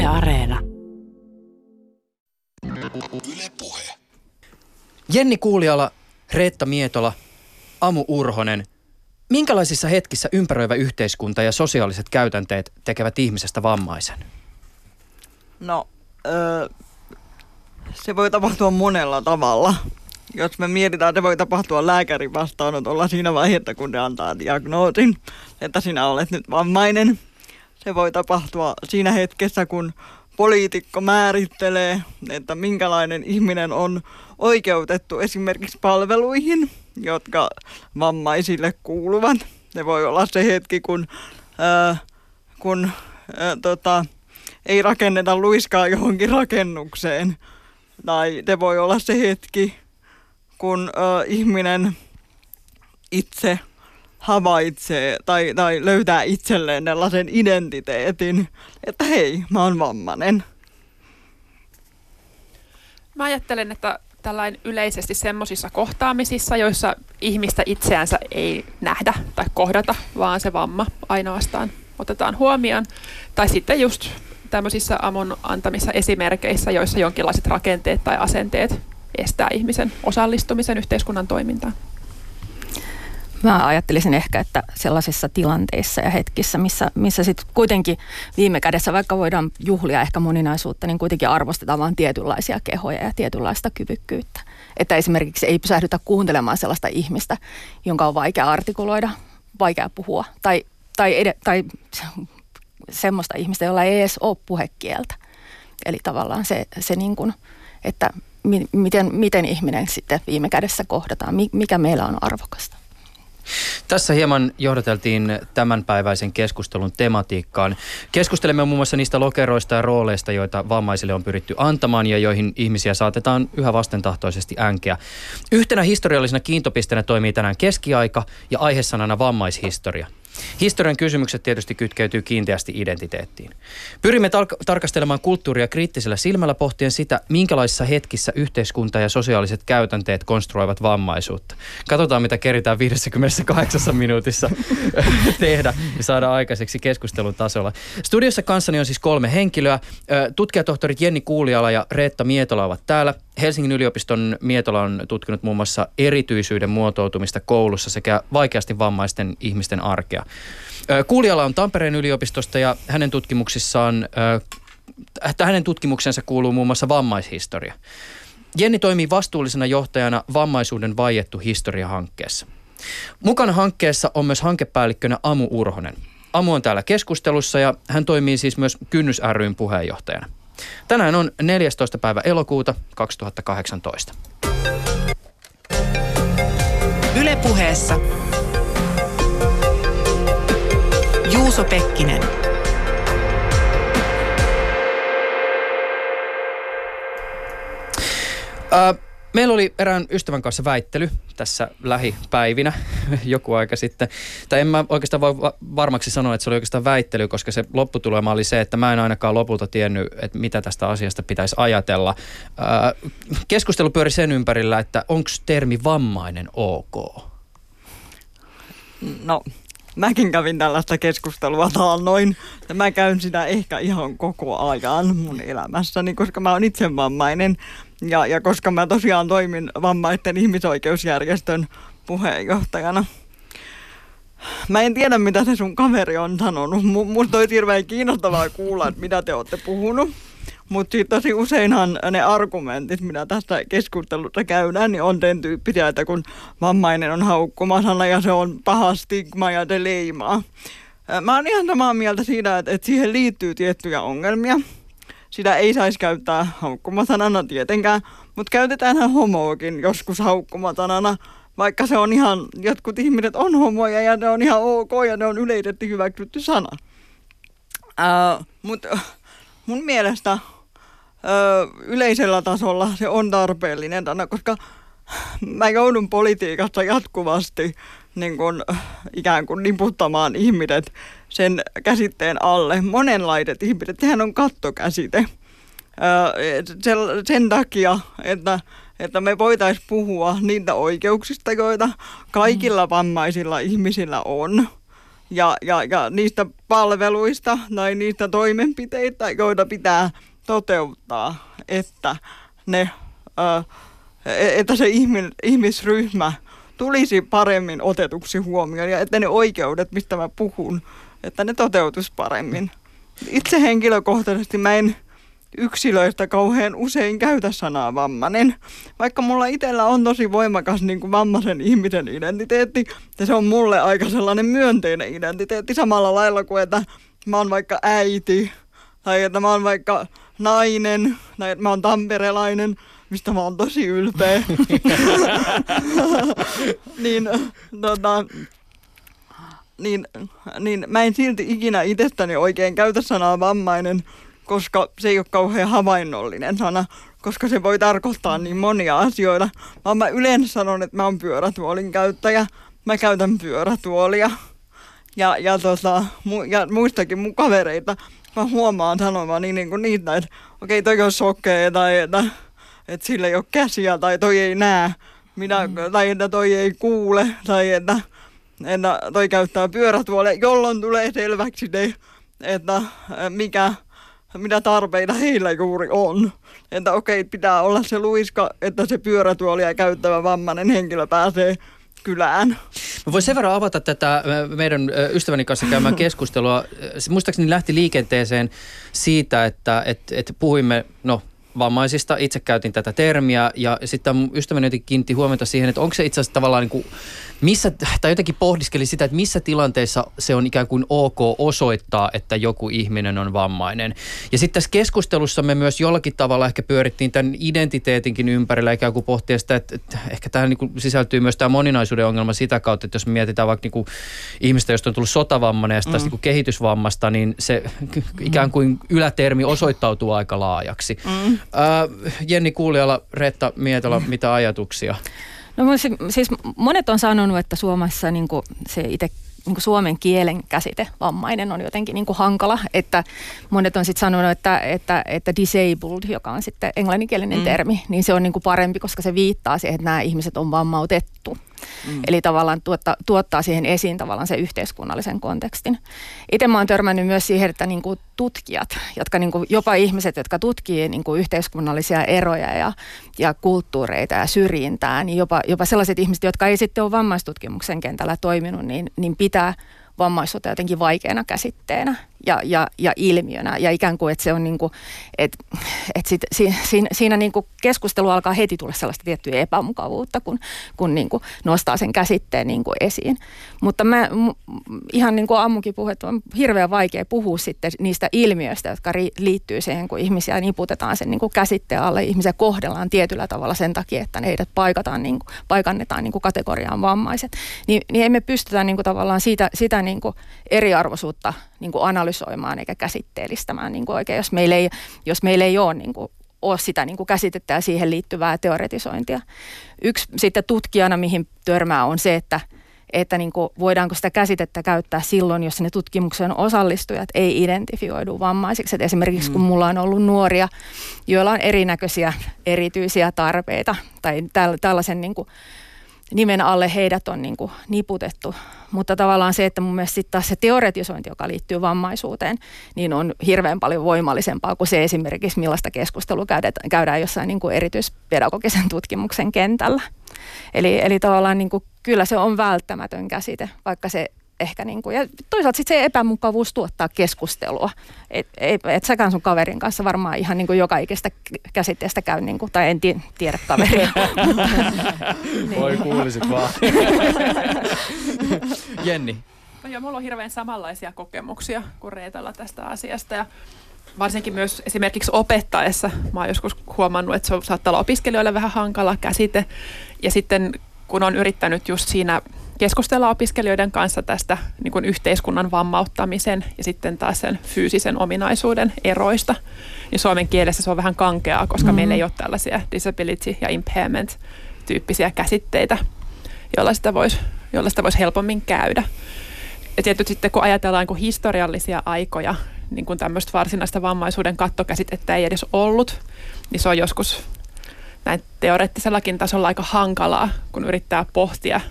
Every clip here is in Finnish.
Yle Areena. Yle Puhe. Jenni Kuuliala, Reetta Mietola, Amu Urhonen. Minkälaisissa hetkissä ympäröivä yhteiskunta ja sosiaaliset käytänteet tekevät ihmisestä vammaisen? No, se voi tapahtua monella tavalla. Jos me mietitään, se voi tapahtua lääkärin vastaanotolla siinä vaiheessa, kun ne antaa diagnoosin, että sinä olet nyt vammainen. Se voi tapahtua siinä hetkessä, kun poliitikko määrittelee, että minkälainen ihminen on oikeutettu esimerkiksi palveluihin, jotka vammaisille kuuluvat. Se voi olla se hetki, kun ei rakenneta luiskaa johonkin rakennukseen. Tai se voi olla se hetki, kun ihminen itse havaitsee tai löytää itselleen sellaisen identiteetin, että hei, mä oon vammainen. Mä ajattelen, että tällainen yleisesti semmoisissa kohtaamisissa, joissa ihmistä itseänsä ei nähdä tai kohdata, vaan se vamma ainoastaan otetaan huomioon. Tai sitten just tämmöisissä Amun antamissa esimerkkeissä, joissa jonkinlaiset rakenteet tai asenteet estää ihmisen osallistumisen yhteiskunnan toimintaan. Mä ajattelisin ehkä, että sellaisissa tilanteissa ja hetkissä, missä sitten kuitenkin viime kädessä, vaikka voidaan juhlia ehkä moninaisuutta, niin kuitenkin arvostetaan vain tietynlaisia kehoja ja tietynlaista kyvykkyyttä. Että esimerkiksi ei pysähdytä kuuntelemaan sellaista ihmistä, jonka on vaikea artikuloida, vaikea puhua, tai semmoista ihmistä, jolla ei edes ole puhekieltä. Eli tavallaan se niin kuin, että miten ihminen sitten viime kädessä kohdataan, mikä meillä on arvokasta. Tässä hieman johdateltiin tämänpäiväisen keskustelun tematiikkaan. Keskustelemme muun muassa niistä lokeroista ja rooleista, joita vammaisille on pyritty antamaan ja joihin ihmisiä saatetaan yhä vastentahtoisesti änkeä. Yhtenä historiallisena kiintopisteenä toimii tänään keskiaika ja aihesanana vammaishistoria. Historian kysymykset tietysti kytkeytyy kiinteästi identiteettiin. Pyrimme tarkastelemaan kulttuuria kriittisellä silmällä pohtien sitä, minkälaisissa hetkissä yhteiskunta ja sosiaaliset käytänteet konstruoivat vammaisuutta. Katsotaan, mitä keritään 58 minuutissa tehdä ja saada aikaiseksi keskustelun tasolla. Studiossa kanssani on siis 3 henkilöä. Tutkijatohtorit Jenni Kuuliala ja Reetta Mietola ovat täällä. Helsingin yliopiston Mietola on tutkinut muun muassa erityisyyden muotoutumista koulussa sekä vaikeasti vammaisten ihmisten arkea. Kuuliala on Tampereen yliopistosta ja hänen tutkimuksensa kuuluu muun muassa vammaishistoria. Jenni toimii vastuullisena johtajana Vammaisuuden vaiettu historia-hankkeessa. Mukana hankkeessa on myös hankepäällikkönä Amu Urhonen. Amu on täällä keskustelussa ja hän toimii siis myös Kynnys ry:n puheenjohtajana. Tänään on 14. päivä elokuuta 2018. Yle Puheessa Juuso Pekkinen. Meillä oli erään ystävän kanssa väittely tässä lähipäivinä joku aika sitten. Tai en mä oikeastaan voi varmaksi sanoa, että se oli oikeastaan väittely, koska se lopputulema oli se, että mä en ainakaan lopulta tiennyt, että mitä tästä asiasta pitäisi ajatella. Keskustelu pyöri sen ympärillä, että onko termi vammainen ok? No, mäkin kävin tällaista keskustelua taannoin. Ja mä käyn sitä ehkä ihan koko ajan mun elämässäni, koska mä oon itse vammainen. Ja koska mä tosiaan toimin vammaisten ihmisoikeusjärjestön puheenjohtajana. Mä en tiedä, mitä se sun kaveri on sanonut. Musta olisi hirveän kiinnostavaa kuulla, että mitä te olette puhunut. Mutta tosi useinhan ne argumentit, mitä tästä keskustelussa käydään, niin on sen tyyppisiä, että kun vammainen on haukkumasana ja se on paha stigma ja se leimaa. Mä oon ihan samaa mieltä siitä, että siihen liittyy tiettyjä ongelmia. Sitä ei saisi käyttää haukkumasanana tietenkään, mutta käytetäänhän homoakin joskus haukkumasanana, vaikka se on ihan, jotkut ihmiset on homoja ja ne on ihan ok ja ne on yleisesti hyväksytty sana. Mutta mun mielestä yleisellä tasolla se on tarpeellinen sana, koska mä joudun politiikassa jatkuvasti niin kun, ikään kuin niputtamaan ihmiset sen käsitteen alle. Monenlaiset ihmiset, sehän on kattokäsite. Sen takia, että me voitaisiin puhua niitä oikeuksista, joita kaikilla vammaisilla ihmisillä on. ja niistä palveluista tai niistä toimenpiteitä, joita pitää toteuttaa, että se ihmisryhmä tulisi paremmin otetuksi huomioon ja että ne oikeudet, mistä mä puhun, että ne toteutus paremmin. Itse henkilökohtaisesti mä en yksilöistä kauhean usein käytä sanaa vammainen, vaikka mulla itsellä on tosi voimakas niin kuin vammaisen ihmisen identiteetti, ja se on mulle aika sellainen myönteinen identiteetti samalla lailla kuin, että mä oon vaikka äiti, tai että mä oon vaikka nainen, tai että mä oon tamperelainen, mistä mä oon tosi ylpeä. niin mä en silti ikinä itsestäni oikein käytä sanaa vammainen, koska se ei ole kauhean havainnollinen sana, koska se voi tarkoittaa niin monia asioita. Vaan mä yleensä sanon, että mä oon pyörätuolin käyttäjä, mä käytän pyörätuolia. Ja muistakin mun kavereita mä huomaan sanomaan niin kuin niitä, että okei, toi on sokea, tai että sillä ei ole käsiä, tai toi ei näe, tai että toi ei kuule, tai että toi käyttää pyörätuolia, jolloin tulee selväksi se, että mitä tarpeita heillä juuri on. Että okei, pitää olla se luiska, että se pyörätuolia käyttävä vammainen henkilö pääsee kylään. Mä voin sen verran avata tätä meidän ystäväni kanssa käymään keskustelua. Se muistaakseni lähti liikenteeseen siitä, että puhuimme, vammaisista. Itse käytin tätä termiä ja sitten mun ystäväni jotenkin kiinnitti huomiota siihen, että onko se itse asiassa tavallaan niin kuin tai jotenkin pohdiskeli sitä, että missä tilanteissa se on ikään kuin ok osoittaa, että joku ihminen on vammainen. Ja sitten tässä keskustelussa me myös jollakin tavalla ehkä pyörittiin tämän identiteetinkin ympärillä, ikään kuin pohtia sitä, että ehkä tähän niin kuin sisältyy myös tämä moninaisuuden ongelma sitä kautta, että jos me mietitään vaikka niin kuin ihmistä, josta on tullut sotavammainen ja sitten niin kuin kehitysvammasta, niin se ikään kuin ylätermi osoittautuu aika laajaksi. Jenni Kuuliala, Reetta Mietola, mitä ajatuksia? No siis monet on sanonut, että Suomessa niin kuin se itse niin kuin suomen kielen käsite vammainen on jotenkin niin kuin hankala, että monet on sitten sanonut, että disabled, joka on sitten englanninkielinen termi, niin se on niin kuin parempi, koska se viittaa siihen, että nämä ihmiset on vammautettu. Eli tavallaan tuottaa siihen esiin tavallaan se yhteiskunnallisen kontekstin. Itse mä oon törmännyt myös siihen, että niin kuin tutkijat, jotka niin kuin jopa ihmiset, jotka tutkii niin kuin yhteiskunnallisia eroja ja kulttuureita ja syrjintää, niin jopa sellaiset ihmiset, jotka ei sitten ole vammaistutkimuksen kentällä toiminut, niin pitää vammaisuutta jotenkin vaikeana käsitteenä ja ilmiönä. Ja ikään kuin, että se on niin kuin, että siinä niin kuin keskustelu alkaa heti tulla sellaista tiettyä epämukavuutta, kun niin kuin nostaa sen käsitteen niin kuin esiin. Mutta ihan niin kuin Ammukin puhui, että on hirveän vaikea puhua sitten niistä ilmiöistä, jotka liittyy siihen, kun ihmisiä niputetaan sen niin kuin käsitteen alle. Ihmisiä kohdellaan tietyllä tavalla sen takia, että heidät paikannetaan niin kuin kategoriaan vammaiset. Niin emme pystytä niin kuin tavallaan sitä niin kuin eriarvoisuutta niin kuin analysoimaan eikä käsitteellistämään niin kuin oikein, jos meillä ei ole, niin kuin, ole sitä niin kuin käsitettä ja siihen liittyvää teoretisointia. Yksi sitten tutkijana, mihin törmää, on se, että niin kuin voidaanko sitä käsitettä käyttää silloin, jos ne tutkimuksen osallistujat ei identifioidu vammaisiksi. Et esimerkiksi kun mulla on ollut nuoria, joilla on erinäköisiä erityisiä tarpeita tai tällaisen niin kuin nimen alle heidät on niin kuin niputettu. Mutta tavallaan se, että mun mielestä sitten taas se teoretisointi, joka liittyy vammaisuuteen, niin on hirveän paljon voimallisempaa kuin se esimerkiksi, millaista keskustelua käydään jossain niin kuin erityispedagogisen tutkimuksen kentällä. Eli tavallaan niin kuin, kyllä se on välttämätön käsite, vaikka se ehkä niin kuin, ja toisaalta sitten se epämukavuus tuottaa keskustelua. Et säkään sun kaverin kanssa varmaan ihan niin kuin joka ikistä käsitteestä käy, niin kuin, tai en tiedä kaveria. Niin. Voi kuulisit vaan. Jenni. No joo, mulla on hirveän samanlaisia kokemuksia kuin Reetalla tästä asiasta ja varsinkin myös esimerkiksi opettaessa mä oon joskus huomannut, että se saattaa olla opiskelijoille vähän hankala käsite ja sitten kun on yrittänyt just siinä keskustella opiskelijoiden kanssa tästä niin kuin yhteiskunnan vammauttamisen ja sitten taas sen fyysisen ominaisuuden eroista, niin suomen kielessä se on vähän kankeaa, koska meillä ei ole tällaisia disability ja impairment-tyyppisiä käsitteitä, joilla sitä voisi helpommin käydä. Ja tietysti sitten kun ajatellaan kun historiallisia aikoja, niin kun tämmöistä varsinaista vammaisuuden kattokäsitettä ei edes ollut, niin se on joskus näin teoreettisellakin tasolla aika hankalaa, kun yrittää pohtia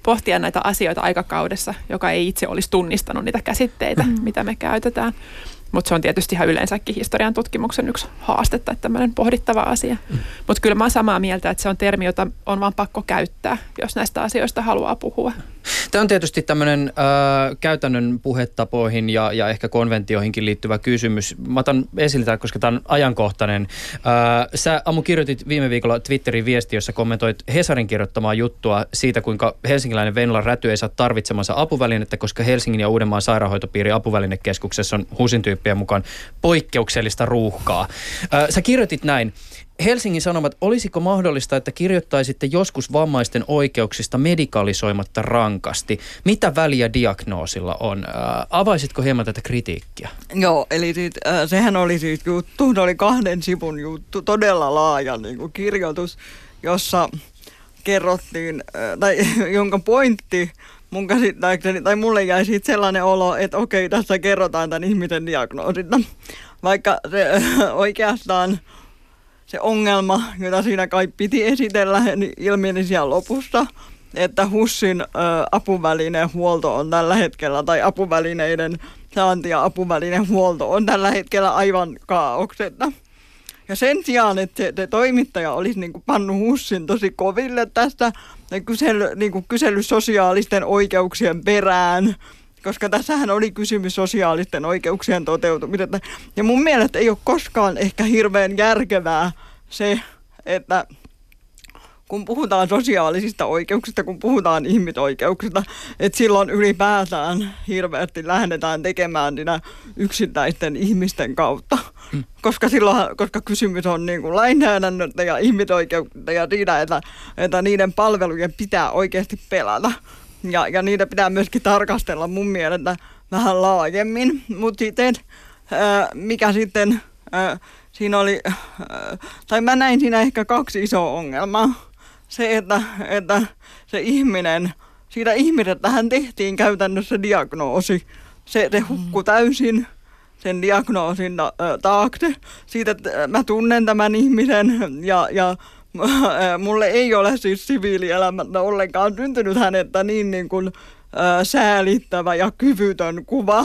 pohtia näitä asioita aikakaudessa, joka ei itse olisi tunnistanut niitä käsitteitä, mitä me käytetään. Mutta se on tietysti ihan yleensäkin historian tutkimuksen yksi haastetta, että tämmöinen pohdittava asia. Mutta kyllä mä oon samaa mieltä, että se on termi, jota on vaan pakko käyttää, jos näistä asioista haluaa puhua. Tämä on tietysti tämmöinen käytännön puhetapoihin ja ehkä konventioihinkin liittyvä kysymys. Mä otan esille, koska tämä on ajankohtainen. Sä, Amu, kirjoitit viime viikolla Twitterin viesti, jossa kommentoit Hesarin kirjoittamaa juttua siitä, kuinka helsinkiläinen Venlan räty ei saa tarvitsemansa apuvälinettä, koska Helsingin ja Uudenmaan sairaanhoitopiirin apuvälinekeskuksessa on HUSin tyyppien mukaan poikkeuksellista ruuhkaa. Sä kirjoitit näin. Helsingin Sanomat, olisiko mahdollista, että kirjoittaisitte joskus vammaisten oikeuksista medikalisoimatta rankasti? Mitä väliä diagnoosilla on? Avaisitko hieman tätä kritiikkiä? Joo, eli sehän oli siitä juttu, se oli 2 sivun juttu, todella laaja niin kuin kirjoitus, jossa kerrottiin, tai jonka pointti mun käsittääkseni, tai mulle jäi siitä sellainen olo, että okei, tässä kerrotaan tämän ihmisen diagnoosista. Vaikka se oikeastaan se ongelma, jota siinä kai piti esitellä, niin ilmeni siellä lopussa, että HUSin apuvälinehuolto on tällä hetkellä, tai apuvälineiden saanti ja apuvälinehuolto on tällä hetkellä aivan kaauksetta. Ja sen sijaan, että se toimittaja olisi niin kuin pannut HUSin tosi koville tästä ja kysely sosiaalisten oikeuksien perään, koska tässähän oli kysymys sosiaalisten oikeuksien toteutumisesta. Ja mun mielestä ei ole koskaan ehkä hirveän järkevää se, että kun puhutaan sosiaalisista oikeuksista, kun puhutaan ihmisoikeuksista, että silloin ylipäätään hirveästi lähdetään tekemään niitä yksittäisten ihmisten kautta. Koska kysymys on niin kuin lainsäädännöstä ja ihmisoikeuksista ja siitä, että niiden palvelujen pitää oikeasti pelata. Ja niitä pitää myöskin tarkastella mun mielestä vähän laajemmin. Mutta sitten, mikä sitten siinä oli, tai mä näin siinä ehkä 2 isoa ongelmaa. Se, että se ihminen, siitä ihmisestähän tehtiin käytännössä diagnoosi. Se hukkui täysin sen diagnoosin taakse. Siitä, että mä tunnen tämän ihmisen ja mulle ei ole siis siviilielämässä ollenkaan syntynyt hänestä niin kuin säälittävä ja kyvytön kuva.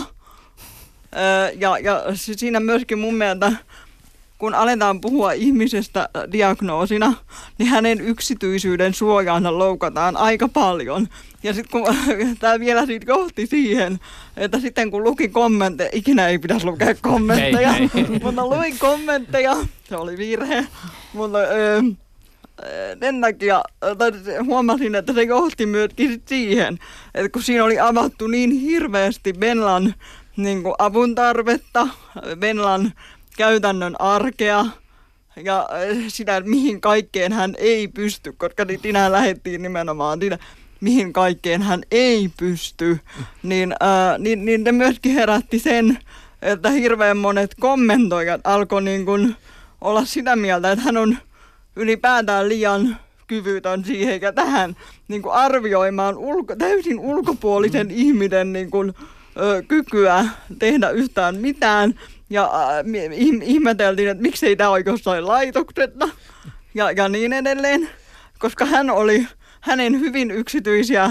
Ja siinä myöskin mun mielestä, kun aletaan puhua ihmisestä diagnoosina, niin hänen yksityisyyden suojaansa loukataan aika paljon. Ja sitten kun tämä vielä siitä johti siihen, että sitten kun luki kommentteja, ikinä ei pitäisi lukea kommentteja, mutta luin kommentteja, se oli virhe, mutta sen takia huomasin, että se johti myöskin siihen, että kun siinä oli avattu niin hirveästi Venlan niin kuin avun tarvetta, Venlan käytännön arkea ja sitä, mihin kaikkeen hän ei pysty, koska siinä lähdettiin nimenomaan siinä, mihin kaikkeen hän ei pysty, niin ne myöskin herätti sen, että hirveän monet kommentoijat alkoi niin kuin olla sitä mieltä, että hän on ylipäätään liian kyvytön siihen ja tähän niin kuin arvioimaan täysin ulkopuolisen ihmisen niin kuin, kykyä tehdä yhtään mitään. Ja ihmeteltiin, että miksei tämä ole jossain laitoksetta ja niin edelleen, koska hänen hyvin yksityisiä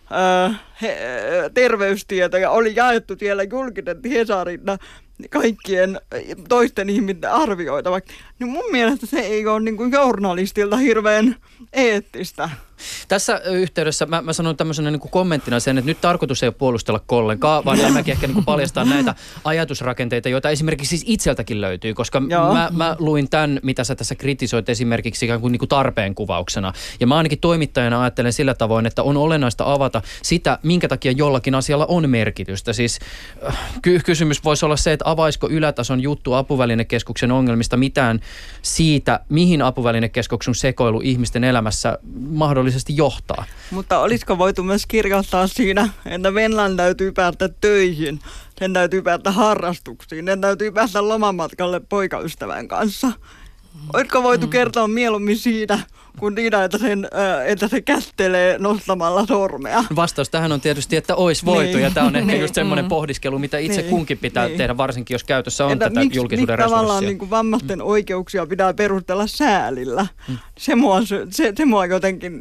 terveystietoja oli jaettu siellä julkisesti Hesarilla kaikkien toisten ihmisten arvioitavaksi. Niin mun mielestä se ei ole niin kuin journalistilta hirveän eettistä. Tässä yhteydessä mä sanon tämmöisenä niin kuin kommenttina sen, että nyt tarkoitus ei ole puolustella kollenkaan, vaan enemmänkin ehkä niin kuin paljastaa näitä ajatusrakenteita, joita esimerkiksi siis itseltäkin löytyy, koska mä luin tämän, mitä sä tässä kritisoit esimerkiksi ikään kuin, tarpeen kuvauksena. Ja mä ainakin toimittajana ajattelen sillä tavoin, että on olennaista avata sitä, minkä takia jollakin asialla on merkitystä. Siis kysymys voisi olla se, että avaisiko ylätason juttu apuvälinekeskuksen ongelmista mitään siitä, mihin apuvälinekeskuksen sekoilu ihmisten elämässä mahdollisesti johtaa. Mutta olisiko voitu myös kirjoittaa siinä, että Venlan täytyy päästä töihin, sen täytyy päästä harrastuksiin, sen täytyy päästä lomamatkalle poikaystävän kanssa. Olisiko voitu kertoa mieluummin siitä, kuin siitä, että se kättelee nostamalla sormea? Vastaus tähän on tietysti, että olisi voitu, ja tämä on ehkä just semmoinen pohdiskelu, mitä itse kunkin pitää tehdä, varsinkin jos käytössä on tätä julkisuuden resurssia. Tavallaan niin kuin vammaisten oikeuksia pitää perustella säälillä. Se mua jotenkin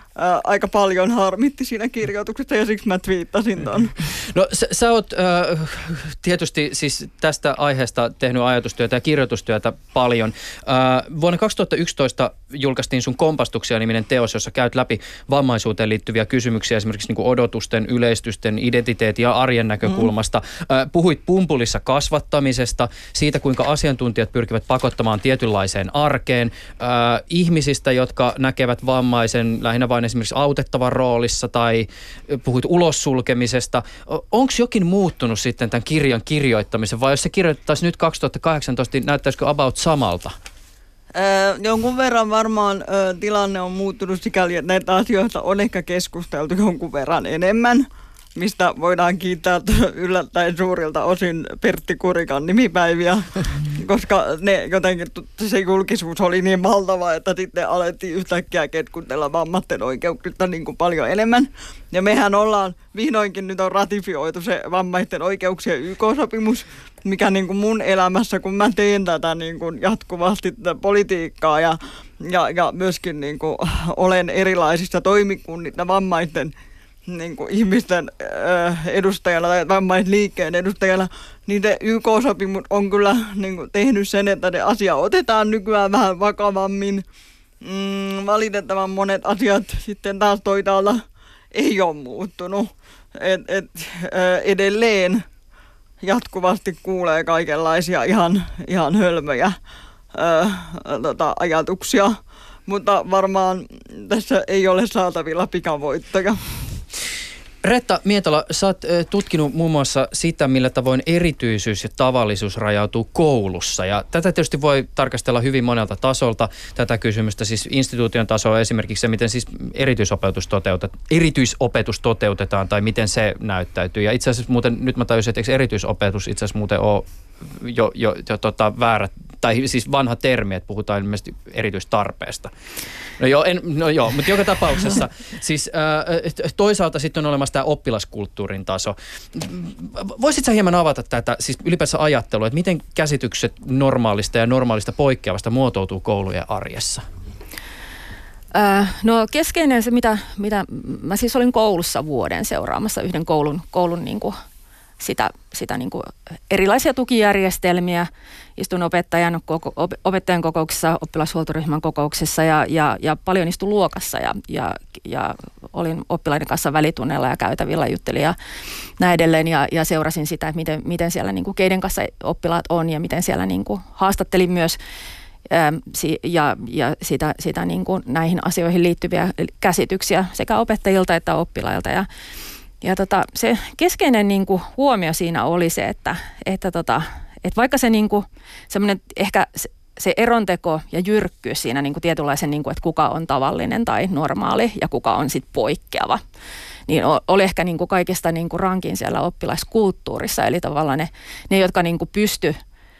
aika paljon harmitti siinä kirjoituksessa ja siksi mä twiittasin ton. No sä oot tietysti siis tästä aiheesta tehnyt ajatustyötä ja kirjoitustyötä paljon. Vuonna 2011 julkaistiin sun Kompastuksia-niminen teos, jossa käyt läpi vammaisuuteen liittyviä kysymyksiä, esimerkiksi niin kuin odotusten, yleistysten, identiteetin ja arjen näkökulmasta. Puhuit pumpulissa kasvattamisesta, siitä kuinka asiantuntijat pyrkivät pakottamaan tietynlaiseen arkeen, ihmisistä, jotka näkevät vammaisen lähinnä vain esimerkiksi autettavan roolissa, tai puhuit ulossulkemisesta. Onko jokin muuttunut sitten tämän kirjan kirjoittamisen, vai jos se kirjoittaisi nyt 2018, niin näyttäisikö about samalta? Jonkun verran varmaan tilanne on muuttunut sikäli, että näitä asioita on ehkä keskusteltu jonkun verran enemmän, mistä voidaan kiittää yllättäen suurilta osin Pertti Kurikan nimipäiviä, koska ne jotenkin, se julkisuus oli niin valtava, että sitten alettiin yhtäkkiä keskustella vammaisten oikeuksista niin kuin paljon enemmän. Ja mehän ollaan, vihdoinkin nyt on ratifioitu se vammaisten oikeuksien YK-sopimus, mikä niin kuin mun elämässä, kun mä teen tätä niin kuin jatkuvasti tätä politiikkaa ja myöskin niin kuin olen erilaisissa toimikunnissa vammaisten niin kuin ihmisten edustajana tai vammaisliikkeen edustajana, niin se YK-sopimus on kyllä niin kuin tehnyt sen, että ne asia otetaan nykyään vähän vakavammin. Valitettavan monet asiat sitten taas toitaalla ei ole muuttunut. Edelleen jatkuvasti kuulee kaikenlaisia ihan hölmöjä ajatuksia, mutta varmaan tässä ei ole saatavilla pikavoittoja. Reetta Mietola, sä oot tutkinut muun muassa sitä, millä tavoin erityisyys ja tavallisuus rajautuu koulussa. Ja tätä tietysti voi tarkastella hyvin monelta tasolta, tätä kysymystä, siis instituution tasoa, esimerkiksi se, miten siis erityisopetus toteutetaan tai miten se näyttäytyy. Ja itse asiassa muuten, nyt mä tajusin, että eikö erityisopetus itse asiassa muuten ole jo väärä, tai siis vanha termi, että puhutaan ilmeisesti erityistarpeesta. No joo, mutta joka tapauksessa siis toisaalta sitten on olemassa tämä oppilaskulttuurin taso. Voisitko sä hieman avata tätä, siis ylipäänsä ajattelua, että miten käsitykset normaalista ja normaalista poikkeavasta muotoutuu koulujen arjessa? No keskeinen se, mitä mä siis olin koulussa vuoden seuraamassa yhden koulun niin kuin sitä niin kuin erilaisia tukijärjestelmiä. Istun opettajan kokouksissa, oppilashuoltoryhmän kokouksissa ja paljon istun luokassa ja olin oppilaiden kanssa välitunneilla ja käytävillä, juttelin ja näin edelleen ja seurasin sitä, että miten siellä niin kuin keiden kanssa oppilaat on ja miten siellä niin kuin haastattelin myös ja sitä niin kuin näihin asioihin liittyviä käsityksiä sekä opettajilta että oppilailta ja se keskeinen niin kuin huomio siinä oli se, että vaikka se niin kuin semmoinen ehkä se eronteko ja jyrkkyys siinä niin kuin tietynlaisen, niin kuin, että kuka on tavallinen tai normaali ja kuka on sitten poikkeava, niin oli ehkä niin kuin kaikista niin kuin rankin siellä oppilaiskulttuurissa. Eli tavallaan ne jotka niin kuin pysty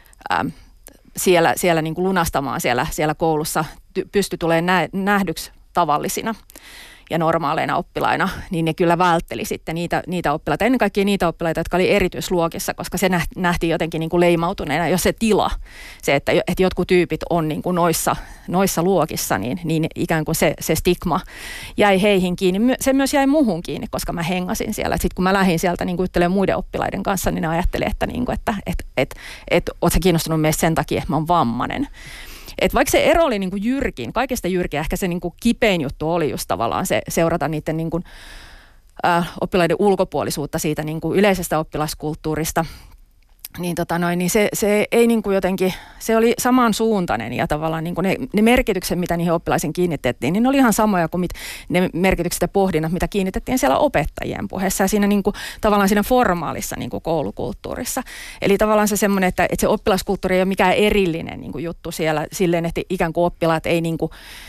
siellä niin kuin lunastamaan siellä koulussa, pysty tulemaan nähdyksi tavallisina ja normaaleina oppilaina, niin ne kyllä vältteli sitten niitä oppilaita, ennen kaikkea niitä oppilaita, jotka oli erityisluokissa, koska se nähtiin jotenkin niin kuin leimautuneena, jos se tila, se, että jotkut tyypit on niin kuin noissa luokissa, niin ikään kuin se stigma jäi heihin kiinni. Se myös jäi muuhun kiinni, koska mä hengasin siellä. Sitten kun mä lähdin sieltä niin kuin juttelemaan muiden oppilaiden kanssa, niin ne ajatteli, että oot sä kiinnostunut meistä sen takia, että mä oon vammainen. Et vaikka se ero oli niin kuin jyrkin, kaikesta jyrkin, ehkä se niin kuin kipein juttu oli just tavallaan se seurata niiden niin kuin, oppilaiden ulkopuolisuutta siitä niin kuin yleisestä oppilaskulttuurista. Niin, niin se ei niin kuin jotenkin, se oli samansuuntainen ja tavallaan niin kuin ne merkitykset, mitä niihin oppilaisiin kiinnitettiin, niin ne oli ihan samoja kuin ne merkitykset ja pohdinnat, mitä kiinnitettiin siellä opettajien puheessa ja siinä niin kuin, tavallaan siinä formaalissa niin kuin koulukulttuurissa. Eli tavallaan se semmoinen, että se oppilaskulttuuri ei ole mikään erillinen niin kuin juttu siellä silleen, että ikään kuin oppilaat ei niin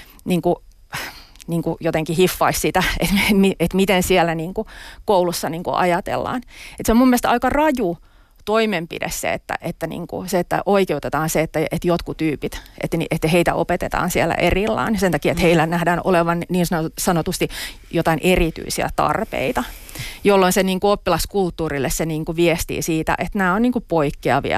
kuin jotenkin hiffaisi sitä, että miten siellä niin kuin koulussa niin kuin ajatellaan. Että se on mun mielestä aika raju toimenpide se, että oikeutetaan se, että jotkut tyypit, että heitä opetetaan siellä erillään sen takia, että heillä nähdään olevan niin sanotusti jotain erityisiä tarpeita, jolloin se niin kuin oppilaskulttuurille se niin kuin viestii siitä, että nämä on niin kuin poikkeavia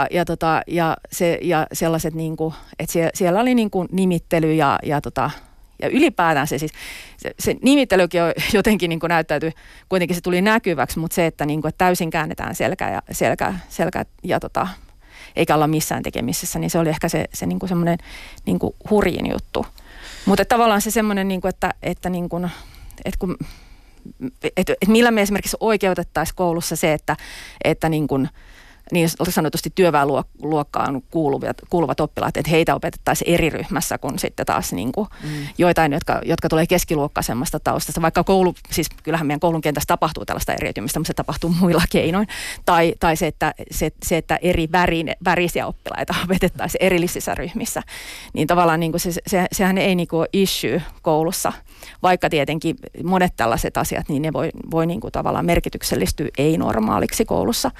ja sellaiset niin kuin, että siellä oli niin kuin nimittely ja Ja ylipäätään se nimittelykin on jotenkin niin kuin näyttäytyy, kuitenkin se tuli näkyväksi, mutta se, että, niin kuin, että täysin käännetään selkä ja eikä olla missään tekemisissä, niin se oli ehkä se niin kuin semmoinen niin kuin hurjin juttu. Mutta tavallaan se semmoinen, niin kuin, että millä me esimerkiksi oikeutettaisiin koulussa se, että niin kuin, niin sanotusti työväenluokkaan kuuluvat oppilaat, että heitä opetettaisiin eri ryhmässä kuin sitten taas niin kuin joitain, jotka tulee keskiluokkaisemmasta taustasta. Vaikka siis kyllähän meidän koulun kentässä tapahtuu tällaista eriytymistä, mutta se tapahtuu muilla keinoin. Tai se, että eri värisiä oppilaita opetettaisiin erillisissä ryhmissä. Niin tavallaan niin kuin sehän ei niin kuin ole issue koulussa, vaikka tietenkin monet tällaiset asiat, niin ne voi niin kuin tavallaan merkityksellistyä ei-normaaliksi koulussa.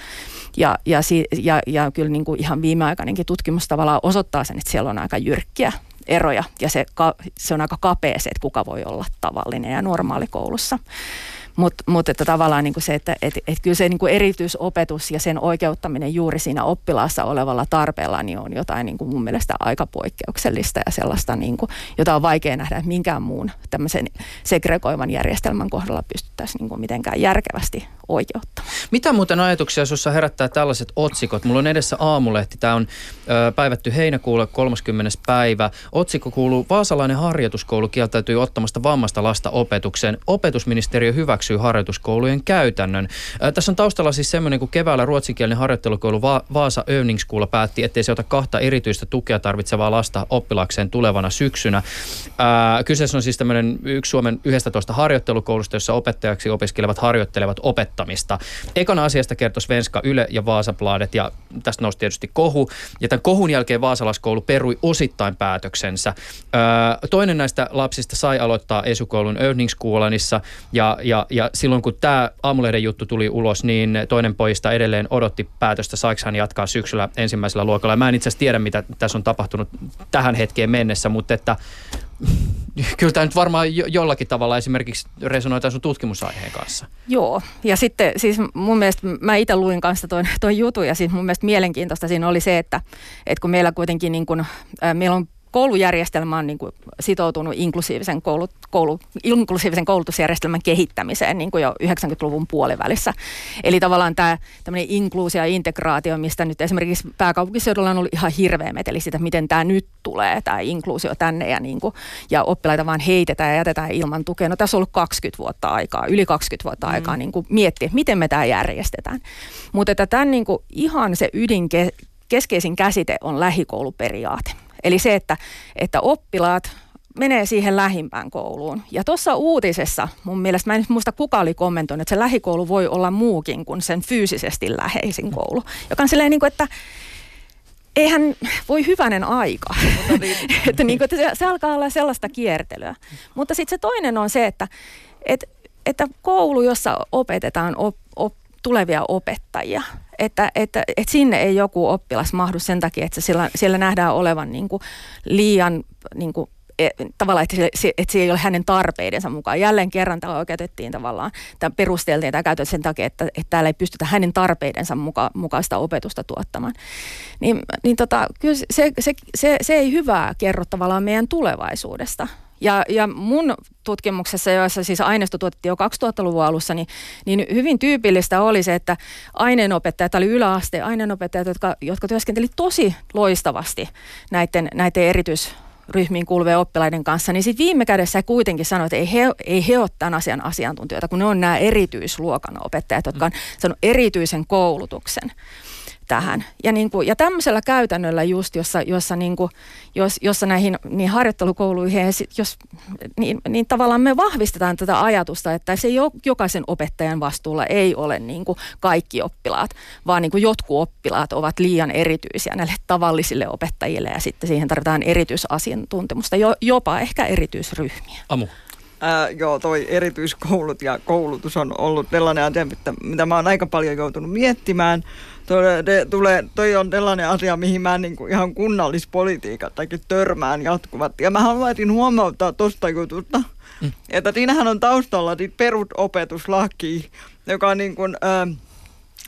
Ja kyllä niin kuin ihan viimeaikainenkin tutkimus tavallaan osoittaa sen, että siellä on aika jyrkkiä eroja ja se on aika kapea se, että kuka voi olla tavallinen ja normaali koulussa. Mutta että tavallaan niin kuin se, että kyllä se niin kuin erityisopetus ja sen oikeuttaminen juuri siinä oppilaassa olevalla tarpeella niin on jotain niin kuin mun mielestä aika poikkeuksellista ja sellaista, niin kuin, jota on vaikea nähdä, että minkään muun tämmöisen segregoivan järjestelmän kohdalla pystyttäisiin niin kuin mitenkään järkevästi oikeuttamaan. Mitä muuten ajatuksia sinussa herättää tällaiset otsikot? Mulla on edessä Aamulehti. Tämä on päivätty heinäkuulle 30. päivä. Otsikko kuuluu: Vaasalainen harjoituskoulu kieltäytyy ottamasta vammaista lasta opetukseen. Opetusministeriö hyväksyy harjoituskoulujen käytännön. Tässä on taustalla siis semmoinen, kun keväällä ruotsinkielinen harjoittelukoulu Vaasa Övningsskola päätti, ettei se ota 2 erityistä tukea tarvitsevaa lasta oppilaakseen tulevana syksynä. Kyseessä on siis tämmöinen yksi Suomen 11 harjoittelukoulusta, jossa opettajaksi opiskelevat harjoittelevat opettamista. Ekana asiasta kertoi Svenska Yle ja Vaasabladet, ja tästä nousi tietysti kohu. Ja tämän kohun jälkeen vaasalaiskoulu perui osittain päätöksensä. Toinen näistä lapsista sai aloittaa esukoulun Övningsskolanissa, ja silloin kun tämä Aamulehden juttu tuli ulos, niin toinen pojista edelleen odotti päätöstä, saiko hän jatkaa syksyllä ensimmäisellä luokalla. Mä en itse asiassa tiedä, mitä tässä on tapahtunut tähän hetkeen mennessä, mutta että kyllä tämä nyt varmaan jollakin tavalla esimerkiksi resonoitaan sun tutkimusaiheen kanssa. Joo, ja sitten siis mun mielestä, mä itse luin kanssa ton jutun, ja siis mun mielestä mielenkiintoista siinä oli se, että kun meillä kuitenkin niin kun, meillä on koulujärjestelmä on niin kuin sitoutunut inklusiivisen koulutusjärjestelmän kehittämiseen niin kuin jo 90-luvun puolivälissä. Eli tavallaan tämä tämmöinen inkluusio ja integraatio, mistä nyt esimerkiksi pääkaupunkiseudulla on ollut ihan hirveä meteli siitä, miten tämä nyt tulee, tämä inkluusio tänne ja oppilaita vaan heitetään ja jätetään ilman tukea. No tässä on ollut 20 vuotta aikaa, yli 20 vuotta aikaa niin kuin miettiä, miten me tämä järjestetään. Mutta että tämän niin kuin ihan se keskeisin käsite on lähikouluperiaate. Eli se, että oppilaat menee siihen lähimpään kouluun. Ja tuossa uutisessa, mun mielestä, mä en muista kuka oli kommentoinut, että se lähikoulu voi olla muukin kuin sen fyysisesti läheisin koulu. Joka on silleen niin kuin, että eihän voi hyvänen aika. Että, niin kuin, että se alkaa olla sellaista kiertelyä. Mutta sitten se toinen on se, että koulu, jossa opetetaan tulevia opettajia, että sinne ei joku oppilas mahdu sen takia, että siellä nähdään olevan niin kuin liian niin kuin, tavallaan, että se ei ole hänen tarpeidensa mukaan. Jälleen kerran tämä oikeutettiin tavallaan, tämä perusteltiin tämä käytössä sen takia, että täällä ei pystytä hänen tarpeidensa mukaista opetusta tuottamaan. Kyllä se ei hyvää kerro tavallaan meidän tulevaisuudesta. Ja mun tutkimuksessa, joissa siis aineisto tuotettiin jo 2000-luvun alussa, niin hyvin tyypillistä oli se, että aineenopettajat, oli yläasteen aineenopettajat, jotka työskentelivät tosi loistavasti näiden erityisryhmiin kuuluvien oppilaiden kanssa, niin sitten viime kädessä kuitenkin sanoi, että ei he ole tämän asian asiantuntijoita, kun ne on nämä erityisluokan opettajat, jotka on saanut erityisen koulutuksen tähän. Ja tämmöisellä käytännöllä just, jossa näihin niin harjoittelukouluihin, niin tavallaan me vahvistetaan tätä ajatusta, että se jokaisen opettajan vastuulla ei ole niin kuin kaikki oppilaat, vaan niin kuin jotkut oppilaat ovat liian erityisiä näille tavallisille opettajille, ja sitten siihen tarvitaan erityisasiantuntemusta, jopa ehkä erityisryhmiä. Amu. Joo, toi erityiskoulut ja koulutus on ollut sellainen asia, mitä mä oon aika paljon joutunut miettimään. Toi on sellainen asia, mihin mä niin kuin ihan kunnallispolitiikattakin törmään jatkuvasti. Ja mä haluaisin huomauttaa tuosta jutusta, että siinähän on taustalla perusopetuslaki, joka niin kuin,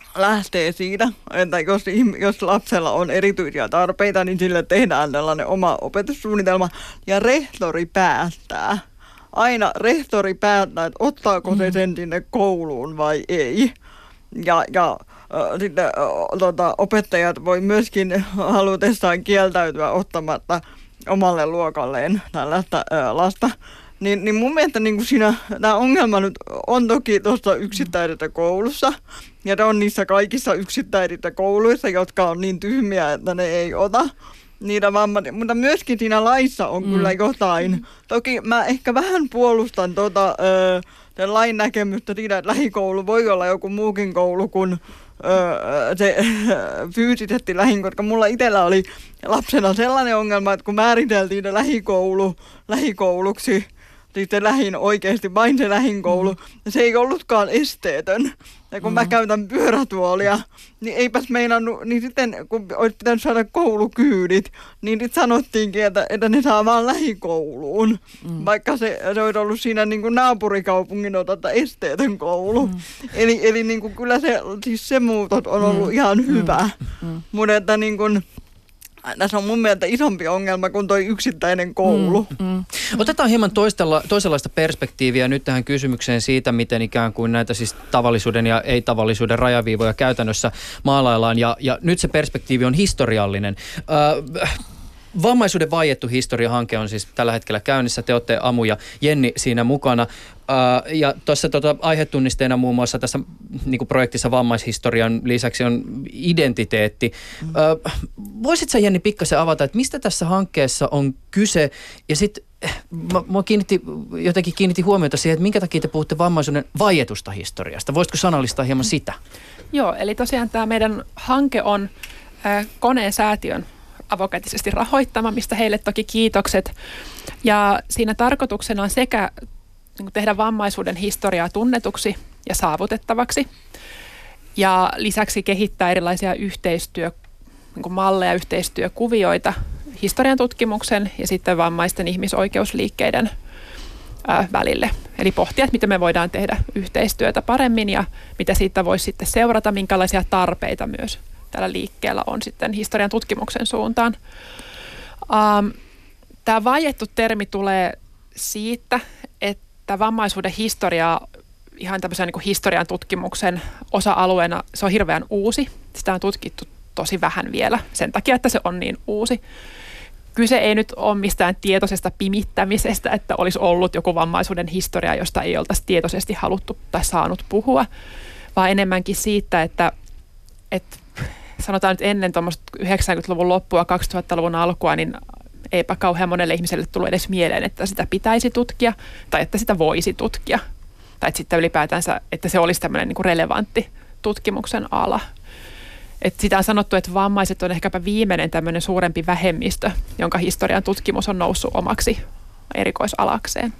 lähtee siitä, että jos lapsella on erityisiä tarpeita, niin sille tehdään tällainen oma opetussuunnitelma ja rehtori päättää. Aina rehtori päättää, että ottaako se sen sinne kouluun vai ei. Ja sitten opettajat voi myöskin halutessaan kieltäytyä ottamatta omalle luokalleen tällaista lasta. Niin mun mielestä niin siinä tämä ongelma nyt on toki tuossa yksittäisessä koulussa. Ja ne on niissä kaikissa yksittäisissä kouluissa, jotka on niin tyhmiä, että ne ei ota niitä vammaisia. Mutta myöskin siinä laissa on kyllä jotain. Toki mä ehkä vähän puolustan sen lain näkemystä siitä, että lähikoulu voi olla joku muukin koulu kuin se fyysisesti lähin, koska mulla itsellä oli lapsena sellainen ongelma, että kun määriteltiin ne lähikouluksi, siis se lähin oikeasti, vain se lähinkoulu, ja se ei ollutkaan esteetön. Ja kun mä käytän pyörätuolia, niin eipäs meinannut, niin sitten kun olisi pitänyt saada koulukyydit, niin sitten sanottiinkin, että ne saa vaan lähikouluun. Vaikka se olisi ollut siinä niin kuin naapurikaupungin esteetön koulu. Eli niin kuin kyllä se muutos on ollut ihan hyvä. Mutta että niin kuin tässä on mun mielestä isompi ongelma kuin toi yksittäinen koulu. Otetaan hieman toisenlaista perspektiiviä nyt tähän kysymykseen siitä, miten ikään kuin näitä siis tavallisuuden ja ei-tavallisuuden rajaviivoja käytännössä maalaillaan. Ja nyt se perspektiivi on historiallinen. Vammaisuuden vaiettu historiahanke on siis tällä hetkellä käynnissä. Te olette Amu ja Jenni siinä mukana. Ja tuossa aihetunnisteena muun muassa tässä niin kuin projektissa vammaishistorian lisäksi on identiteetti. Voisitko Jenni pikkasen avata, että mistä tässä hankkeessa on kyse? Ja sitten jotenkin kiinnitin huomiota siihen, että minkä takia te puhutte vammaisuuden vaietusta historiasta. Voisitko sanallistaa hieman sitä? Joo, eli tosiaan tämä meidän hanke on Koneen säätiön avokätisesti rahoittama, mistä heille toki kiitokset. Ja siinä tarkoituksena on sekä tehdä vammaisuuden historiaa tunnetuksi ja saavutettavaksi. Ja lisäksi kehittää erilaisia malleja, yhteistyökuvioita historian tutkimuksen ja sitten vammaisten ihmisoikeusliikkeiden välille. Eli pohtia, että miten me voidaan tehdä yhteistyötä paremmin ja mitä siitä voisi sitten seurata, minkälaisia tarpeita myös tällä liikkeellä on sitten historian tutkimuksen suuntaan. Tämä vaiettu termi tulee siitä, että vammaisuuden historiaa ihan tämmöisen niin kuin historian tutkimuksen osa-alueena, se on hirveän uusi. Sitä on tutkittu tosi vähän vielä sen takia, että se on niin uusi. Kyse ei nyt ole mistään tietoisesta pimittämisestä, että olisi ollut joku vammaisuuden historia, josta ei oltaisi tietoisesti haluttu tai saanut puhua, vaan enemmänkin siitä, että sanotaan nyt ennen tuommoista 90-luvun loppua, 2000-luvun alkua, niin eipä kauhean monelle ihmiselle tullut edes mieleen, että sitä pitäisi tutkia tai että sitä voisi tutkia. Tai että sitten ylipäätänsä, että se olisi tämmöinen niin kuin relevantti tutkimuksen ala. Että sitä on sanottu, että vammaiset on ehkäpä viimeinen tämmöinen suurempi vähemmistö, jonka historian tutkimus on noussut omaksi erikoisalakseen.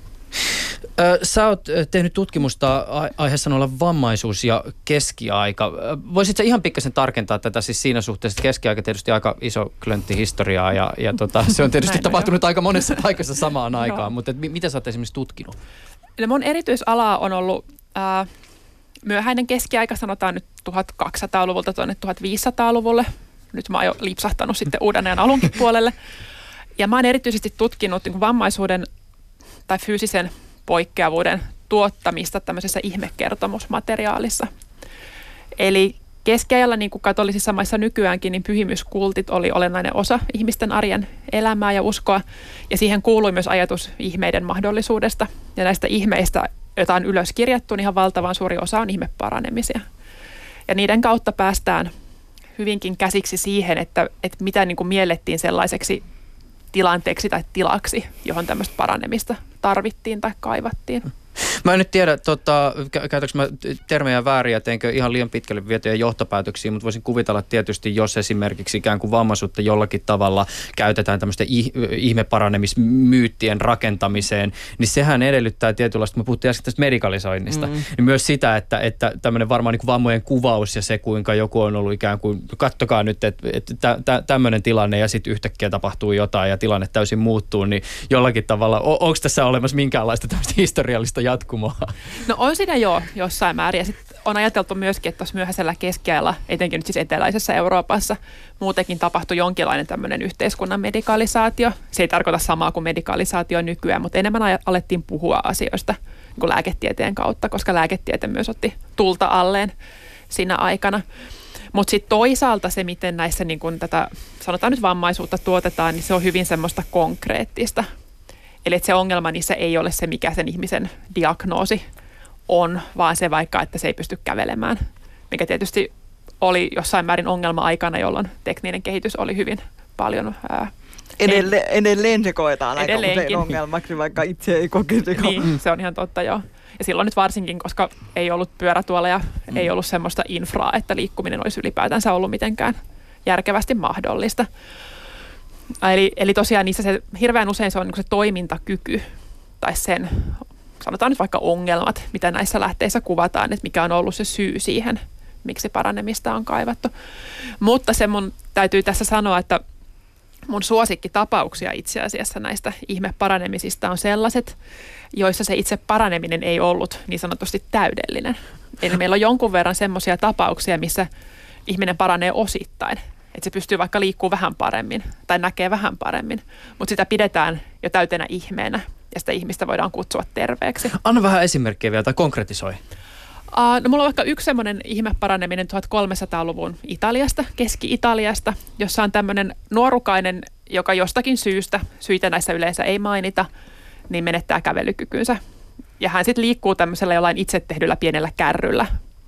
Sä oot tehnyt tutkimusta aiheessa olla vammaisuus ja keskiaika. Voisitko ihan pikkasen tarkentaa tätä siis siinä suhteessa, että keskiaika tietysti aika iso klöntti historiaa ja se on tietysti tapahtunut aika monessa paikassa samaan aikaan, mutta mitä sä oot esimerkiksi tutkinut? Mun erityisalaa on ollut myöhäinen keskiaika, sanotaan nyt 1200-luvulta tuonne 1500-luvulle. Nyt mä oon jo lipsahtanut sitten uuden ajan alunkin puolelle. Ja mä oon erityisesti tutkinut niin kuin vammaisuuden tai fyysisen poikkeavuuden tuottamista tämmöisessä ihmekertomusmateriaalissa. Eli keskiajalla, niin kuin katolisissa maissa nykyäänkin, niin pyhimyskultit oli olennainen osa ihmisten arjen elämää ja uskoa. Ja siihen kuului myös ajatus ihmeiden mahdollisuudesta. Ja näistä ihmeistä, joita on ylös kirjattu, niin ihan valtavan suuri osa on ihmeparanemisia. Ja niiden kautta päästään hyvinkin käsiksi siihen, että mitä niin kuin miellettiin sellaiseksi tilanteeksi tai tilaksi, johon tämmöistä paranemista tarvittiin tai kaivattiin. Mä en nyt tiedä, käytänkö mä termejä väärin ja teenkö ihan liian pitkälle vietyjä johtopäätöksiä, mutta voisin kuvitella tietysti, jos esimerkiksi ikään kuin vammaisuutta jollakin tavalla käytetään tämmöisten ihmeparanemismyyttien rakentamiseen, niin sehän edellyttää tietynlaista, kun me puhuttiin äsken tästä medikalisoinnista, niin myös sitä, että tämmöinen varmaan niin kuin vammojen kuvaus ja se, kuinka joku on ollut ikään kuin, kattokaa nyt, että tämmöinen tilanne ja sitten yhtäkkiä tapahtuu jotain ja tilanne täysin muuttuu, niin jollakin tavalla, onko tässä olemassa minkäänlaista tämmöistä historiallista jatkoa jatkumoa. No on siinä jo jossain määrin. Ja sit on ajateltu myöskin, että tuossa myöhäisellä keskiajalla, etenkin nyt siis eteläisessä Euroopassa, muutenkin tapahtui jonkinlainen tämmöinen yhteiskunnan medikalisaatio. Se ei tarkoita samaa kuin medikalisaatio nykyään, mutta enemmän alettiin puhua asioista niin kuin lääketieteen kautta, koska lääketiete myös otti tulta alleen siinä aikana. Mutta sitten toisaalta se, miten näissä niin kun tätä, sanotaan nyt vammaisuutta tuotetaan, niin se on hyvin semmoista konkreettista. Eli että se ongelma niissä ei ole se, mikä sen ihmisen diagnoosi on, vaan se vaikka, että se ei pysty kävelemään, mikä tietysti oli jossain määrin ongelma aikana, jolloin tekninen kehitys oli hyvin paljon. Edelleen se koetaan aika usein ongelmaksi, vaikka itse ei kokisi. Niin, se on ihan totta, joo. Ja silloin nyt varsinkin, koska ei ollut pyörätuoleja, ei ollut semmoista infraa, että liikkuminen olisi ylipäätänsä ollut mitenkään järkevästi mahdollista. Eli tosiaan niissä se hirveän usein se on niin se toimintakyky tai sen, sanotaan nyt vaikka ongelmat, mitä näissä lähteissä kuvataan, että mikä on ollut se syy siihen, miksi paranemista on kaivattu. Mutta se mun täytyy tässä sanoa, että mun suosikkitapauksia itse asiassa näistä ihmeparanemisista on sellaiset, joissa se itse paraneminen ei ollut niin sanotusti täydellinen. Eli meillä on jonkun verran semmoisia tapauksia, missä ihminen paranee osittain. Että se pystyy vaikka liikkuu vähän paremmin tai näkee vähän paremmin, mutta sitä pidetään jo täytenä ihmeenä ja sitä ihmistä voidaan kutsua terveeksi. Anna vähän esimerkkejä vielä tai konkretisoi. No mulla on vaikka yksi semmoinen ihmeparaneminen 1300-luvun Italiasta, Keski-Italiasta, jossa on tämmöinen nuorukainen, joka jostakin syystä, syitä näissä yleensä ei mainita, niin menettää kävelykykynsä. Ja hän sitten liikkuu tämmöisellä jollain itse tehdyllä pienellä kärryllä.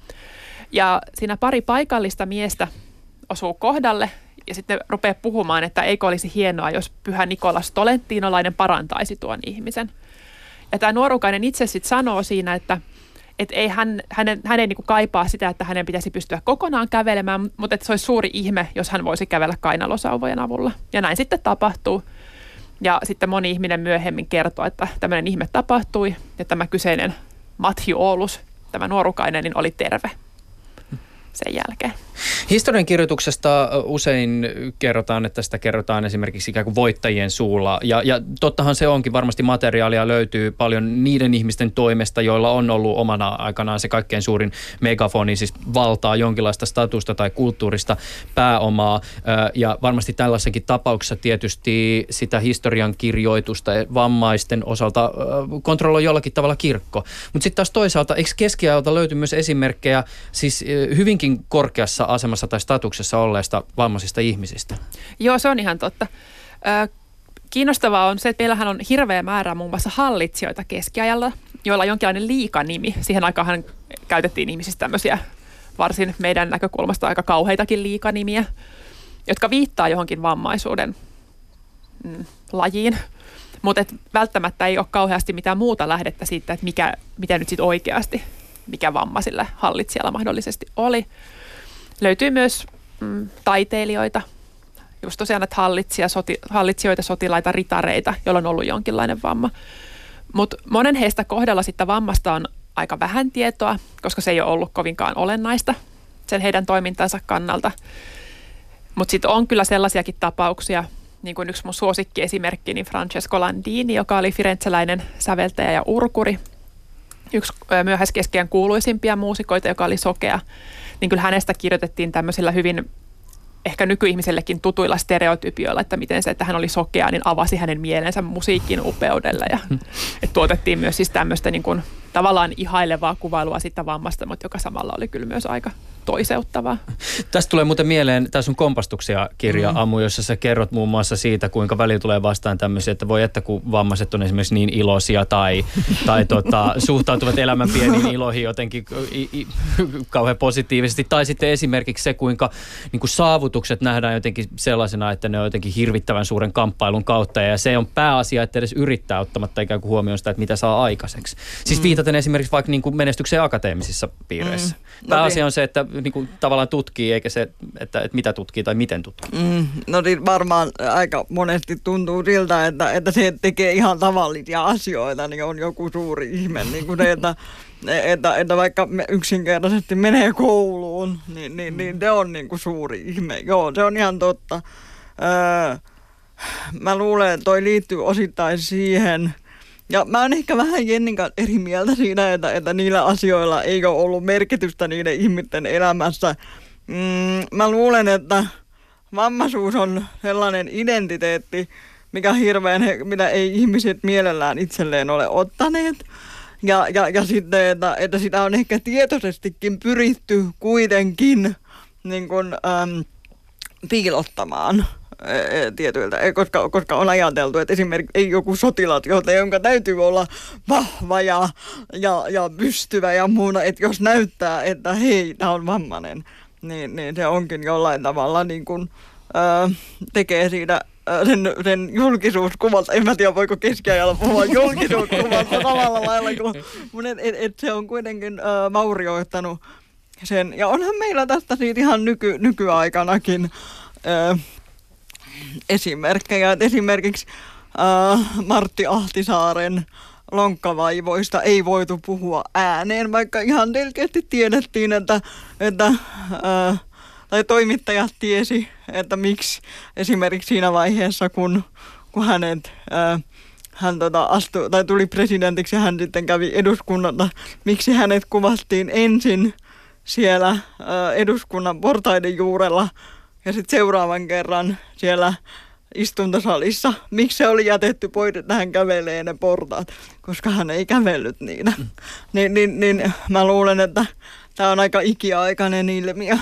Ja siinä pari paikallista miestä osuu kohdalle ja sitten rupeaa puhumaan, että eikö olisi hienoa, jos Pyhä Nikolas Tolentinolainen parantaisi tuon ihmisen. Ja tämä nuorukainen itse sitten sanoo siinä, että ei hän ei niin kuin kaipaa sitä, että hänen pitäisi pystyä kokonaan kävelemään, mutta että se olisi suuri ihme, jos hän voisi kävellä kainalosauvojen avulla. Ja näin sitten tapahtuu. Ja sitten moni ihminen myöhemmin kertoo, että tämmöinen ihme tapahtui ja tämä kyseinen Matthew Oulus, tämä nuorukainen, niin oli terve sen jälkeen. Historiankirjoituksesta usein kerrotaan, että sitä kerrotaan esimerkiksi ikään kuin voittajien suulla. Ja tottahan se onkin, varmasti materiaalia löytyy paljon niiden ihmisten toimesta, joilla on ollut omana aikanaan se kaikkein suurin megafoni, siis valtaa, jonkinlaista statusta tai kulttuurista pääomaa. Ja varmasti tällaisessakin tapauksessa tietysti sitä historiankirjoitusta vammaisten osalta kontrolloi jollakin tavalla kirkko. Mutta sitten taas toisaalta, eikö keskiajalta löytyy myös esimerkkejä siis hyvinkin korkeassa asemassa tai statuksessa olleista vammaisista ihmisistä? Joo, se on ihan totta. Kiinnostavaa on se, että meillähän on hirveä määrä muun muassa hallitsijoita keskiajalla, joilla on jonkinlainen liikanimi. Siihen aikaan käytettiin ihmisistä tämmöisiä varsin meidän näkökulmasta aika kauheitakin liikanimiä, jotka viittaa johonkin vammaisuuden lajiin. Mutta välttämättä ei ole kauheasti mitään muuta lähdettä siitä, että mitä nyt sitten oikeasti, mikä vamma sillä hallitsijalla mahdollisesti oli. Löytyy myös taiteilijoita, just tosiaan että hallitsijoita, sotilaita, ritareita, joilla on ollut jonkinlainen vamma. Mutta monen heistä kohdalla sitten vammasta on aika vähän tietoa, koska se ei ole ollut kovinkaan olennaista sen heidän toimintansa kannalta. Mutta sitten on kyllä sellaisiakin tapauksia, niin kuin yksi mun suosikkiesimerkki, niin Francesco Landini, joka oli firenzeläinen säveltäjä ja urkuri, yksi myöhäiskeskiajan kuuluisimpia muusikoita, joka oli sokea, niin kyllä hänestä kirjoitettiin tämmöisillä hyvin ehkä nykyihmisellekin tutuilla stereotypioilla, että miten se, että hän oli sokea, niin avasi hänen mielensä musiikin upeudella. Ja että tuotettiin myös siis tämmöistä niin kuin tavallaan ihailevaa kuvailua siitä vammasta, mutta joka samalla oli kyllä myös aika toiseuttavaa. Tästä tulee muuten mieleen, tämä sun Kompastuksia-kirja, Amu, jossa sä kerrot muun muassa siitä, kuinka välillä tulee vastaan tämmöisiä, että voi että kun vammaiset on esimerkiksi niin iloisia tai suhtautuvat elämän pieniin iloihin jotenkin kauhean positiivisesti. Tai sitten esimerkiksi se, kuinka niin kuin saavutukset nähdään jotenkin sellaisena, että ne on jotenkin hirvittävän suuren kamppailun kautta. Ja se on pääasia, että edes yrittää ottamatta ikään kuin huomioon sitä, että mitä saa aikaiseksi. Siis viitaten esimerkiksi vaikka niin kuin menestykseen akateemisissa piireissä. Pääasia on se, että niin kuin tavallaan tutkii, eikä se, että mitä tutkii tai miten tutkii. No niin varmaan aika monesti tuntuu siltä, että se tekee ihan tavallisia asioita, niin on joku suuri ihme. Niin kuin se, että vaikka yksinkertaisesti menee kouluun, niin se on niin kuin suuri ihme. Joo, se on ihan totta. Mä luulen, että toi liittyy osittain siihen, Ja mä oon ehkä vähän Jennin kanssa eri mieltä siinä, että niillä asioilla ei ole ollut merkitystä niiden ihmisten elämässä. Mä luulen, että vammaisuus on sellainen identiteetti, mitä ei ihmiset mielellään itselleen ole ottaneet. Ja sitten, että sitä on ehkä tietoisestikin pyritty kuitenkin niin kuin, piilottamaan tietyiltä, koska on ajateltu, että esimerkiksi ei joku sotilasjohtaja, jonka täytyy olla vahva ja pystyvä ja muuta, että jos näyttää, että hei, tämä on vammainen, niin se onkin jollain tavalla niin kuin, tekee siitä sen julkisuuskuvasta, en mä tiedä voiko keskiajalla puhua julkisuuskuvasta samalla lailla, mutta se on kuitenkin vaurioittanut sen. Ja onhan meillä tästä siitä ihan nykyaikanakin esimerkkejä. Et esimerkiksi Martti Ahtisaaren lonkkavaivoista ei voitu puhua ääneen, vaikka ihan selkeästi tiedettiin, tai toimittajat tiesi, että miksi esimerkiksi siinä vaiheessa, kun hän tuli presidentiksi ja hän sitten kävi eduskunnassa, miksi hänet kuvattiin ensin siellä eduskunnan portaiden juurella ja sitten seuraavan kerran siellä istuntosalissa. Miksi se oli jätetty pois, että hän kävelee ne portaat, koska hän ei kävellyt niitä. Niin mä luulen, että tämä on aika ikiaikainen ilmiö.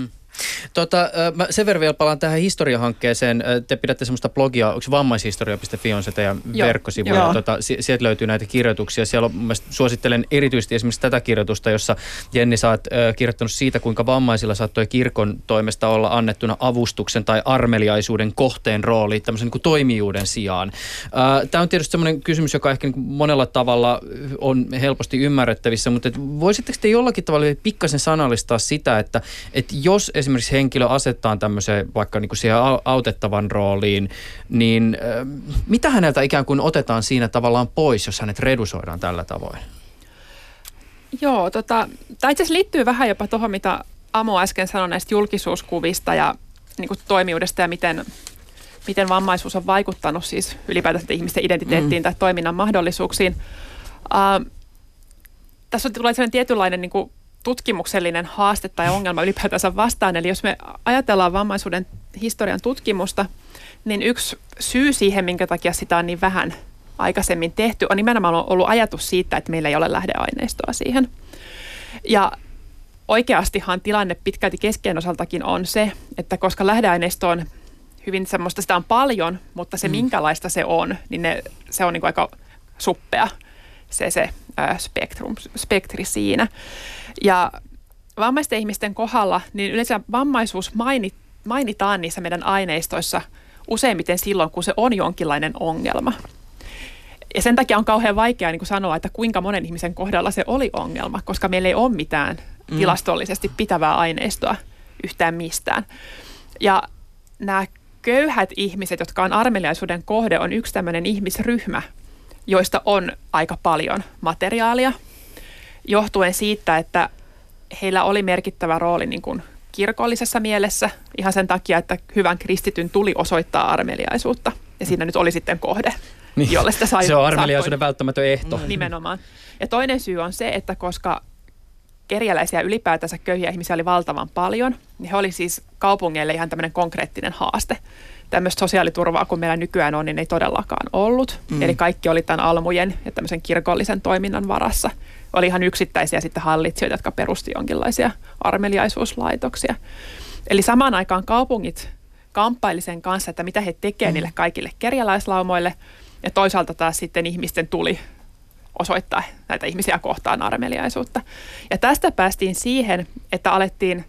Mä sen verran vielä palaan tähän historiahankkeeseen. Te pidätte semmoista blogia, onko vammaishistoria.fi on se teidän verkkosivu. Sieltä löytyy näitä kirjoituksia. Siellä on, mä suosittelen erityisesti esimerkiksi tätä kirjoitusta, jossa Jenni sä oot kirjoittanut siitä, kuinka vammaisilla saattoi kirkon toimesta olla annettuna avustuksen tai armeliaisuuden kohteen rooli tämmöisen niin kuin toimijuuden sijaan. Tämä on tietysti semmoinen kysymys, joka ehkä niin kuin monella tavalla on helposti ymmärrettävissä, mutta voisitteko te jollakin tavalla pikkasen sanallistaa sitä, että jos esimerkiksi henkilö asettaa tämmöiseen vaikka niin kuin siihen autettavan rooliin, niin mitä häneltä ikään kuin otetaan siinä tavallaan pois, jos hänet redusoidaan tällä tavoin? Joo, tämä itse asiassa liittyy vähän jopa tuohon, mitä Amo äsken sanoi näistä julkisuuskuvista ja niin kuin toimijuudesta ja miten vammaisuus on vaikuttanut siis ylipäätään ihmisten identiteettiin tai toiminnan mahdollisuuksiin. Tässä tulee sellainen tietynlainen niin kuin tutkimuksellinen haaste tai ongelma ylipäätänsä vastaan. Eli jos me ajatellaan vammaisuuden historian tutkimusta, niin yksi syy siihen, minkä takia sitä on niin vähän aikaisemmin tehty, on nimenomaan ollut ajatus siitä, että meillä ei ole lähdeaineistoa siihen. Ja oikeastihan tilanne pitkälti keskiään osaltakin on se, että koska lähdeaineisto on hyvin semmoista, sitä on paljon, mutta se minkälaista se on, niin se on niin kuin aika suppea se spektri siinä. Ja vammaisten ihmisten kohdalla, niin yleensä vammaisuus mainitaan niissä meidän aineistoissa useimmiten silloin, kun se on jonkinlainen ongelma. Ja sen takia on kauhean vaikea niin kuin sanoa, että kuinka monen ihmisen kohdalla se oli ongelma, koska meillä ei ole mitään tilastollisesti pitävää aineistoa yhtään mistään. Ja nämä köyhät ihmiset, jotka on armeliaisuuden kohde, on yksi tämmöinen ihmisryhmä, joista on aika paljon materiaalia, johtuen siitä, että heillä oli merkittävä rooli niin kuin kirkollisessa mielessä ihan sen takia, että hyvän kristityn tuli osoittaa armeliaisuutta. Ja siinä nyt oli sitten kohde, jolle sitä sai. Se on armeliaisuuden välttämätön ehto. Nimenomaan. Ja toinen syy on se, että koska kerjäläisiä ylipäätänsä köyhiä ihmisiä oli valtavan paljon, niin he oli siis kaupungeille ihan tämmöinen konkreettinen haaste. Tämmöistä sosiaaliturvaa, kun meillä nykyään on, niin ei todellakaan ollut. Eli kaikki oli tämän almujen ja tämmöisen kirkollisen toiminnan varassa. Oli ihan yksittäisiä sitten hallitsijoita, jotka perusti jonkinlaisia armeliaisuuslaitoksia. Eli samaan aikaan kaupungit kamppaili sen kanssa, että mitä he tekevät niille kaikille kerjäläislaumoille. Ja toisaalta taas sitten ihmisten tuli osoittaa näitä ihmisiä kohtaan armeliaisuutta. Ja tästä päästiin siihen, että alettiin,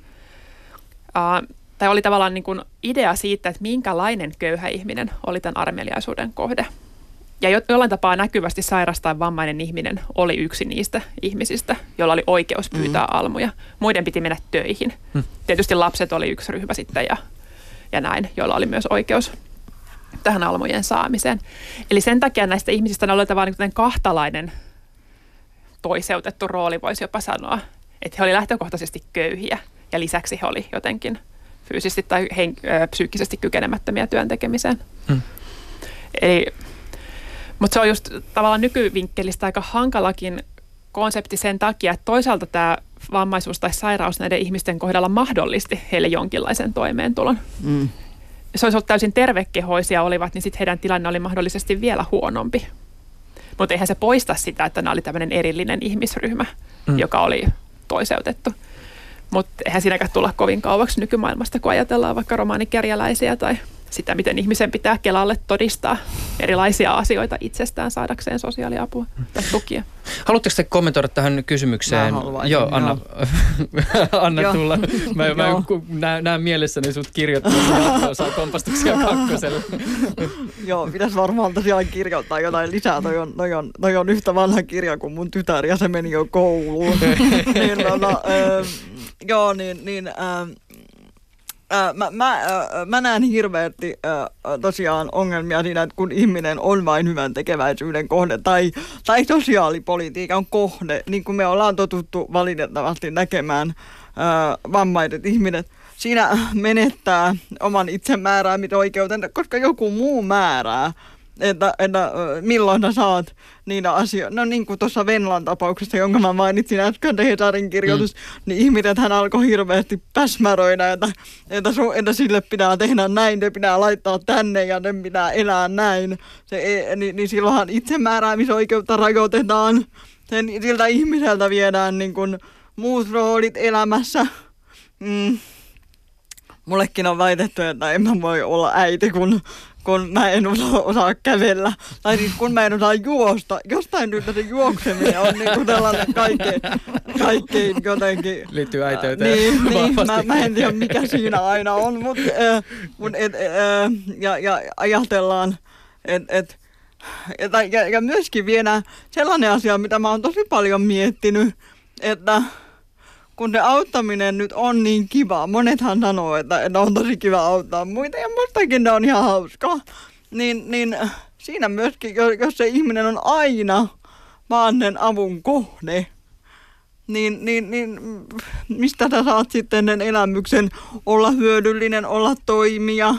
tai oli tavallaan niin kuin idea siitä, että minkälainen köyhä ihminen oli tämän armeliaisuuden kohde. Ja jollain tapaa näkyvästi sairas tai vammainen ihminen oli yksi niistä ihmisistä, jolla oli oikeus pyytää almuja. Muiden piti mennä töihin. Tietysti lapset oli yksi ryhmä sitten ja näin, joilla oli myös oikeus tähän almujen saamiseen. Eli sen takia näistä ihmisistä oli tavallaan niin kahtalainen toiseutettu rooli, voisi jopa sanoa. Että he oli lähtökohtaisesti köyhiä ja lisäksi he oli jotenkin fyysisesti tai psyykkisesti kykenemättömiä työn tekemiseen. Eli Mutta se on just tavallaan nykyvinkkelistä aika hankalakin konsepti sen takia, että toisaalta tämä vammaisuus tai sairaus näiden ihmisten kohdalla mahdollisti heille jonkinlaisen toimeentulon. Jos olisi ollut täysin tervekehoisia olivat, niin sitten heidän tilanne oli mahdollisesti vielä huonompi. Mutta eihän se poista sitä, että nämä oli tämmöinen erillinen ihmisryhmä, joka oli toiseutettu. Mutta eihän siinäkään tulla kovin kauaksi nykymaailmasta, kun ajatellaan vaikka romaanikerjäläisiä tai sitä, miten ihmisen pitää Kelalle todistaa erilaisia asioita itsestään saadakseen sosiaaliapua tai tukia. Haluatteko te kommentoida tähän kysymykseen? Joo, anna tulla. Mä näen mielessäni sut kirjoittamassa jatko-osaa kompastuksia kakkoselle. Joo, pitäisi varmaan tosiaan kirjoittaa jotain lisää. Toi on yhtä vanha kirja kuin mun tytär ja se meni jo kouluun. Mä näen hirveästi tosiaan ongelmia siinä, että kun ihminen on vain hyvän tekeväisyyden kohde tai sosiaalipolitiikan kohde, niin kuin me ollaan totuttu valitettavasti näkemään vammaiset ihmiset, siinä menettää oman itsemääräämisoikeuden, koska joku muu määrää, että milloin sä saat niitä asioita. No niin kuin tuossa Venlan tapauksessa, jonka mä mainitsin äsken, Hesarin kirjoitus, niin ihmisethän alkoi hirveästi päsmäröidä, että sille pitää tehdä näin, ne pitää laittaa tänne ja ne pitää elää näin. Niin silloinhan itsemääräämisoikeutta rajoitetaan. Siltä ihmiseltä viedään niin kuin muut roolit elämässä. Mullekin on väitetty, että en mä voi olla äiti, kun mä en osaa kävellä. Tai siis kun mä en osaa juosta. Jostain nyt se juokseminen on niin kuin tällainen kaikkein jotenkin. Liittyy äiteyteen. Niin, mä en tiedä mikä siinä aina on, mutta ajatellaan, ja myöskin vielä sellainen asia, mitä mä oon tosi paljon miettinyt, että kun se auttaminen nyt on niin kiva, monethan sanoo, että on tosi kiva auttaa muita ja mustakin ne on ihan hauskaa, niin siinä myöskin, jos se ihminen on aina vaan sen avun kohde, niin mistä sä saat sitten sen elämyksen olla hyödyllinen, olla toimija,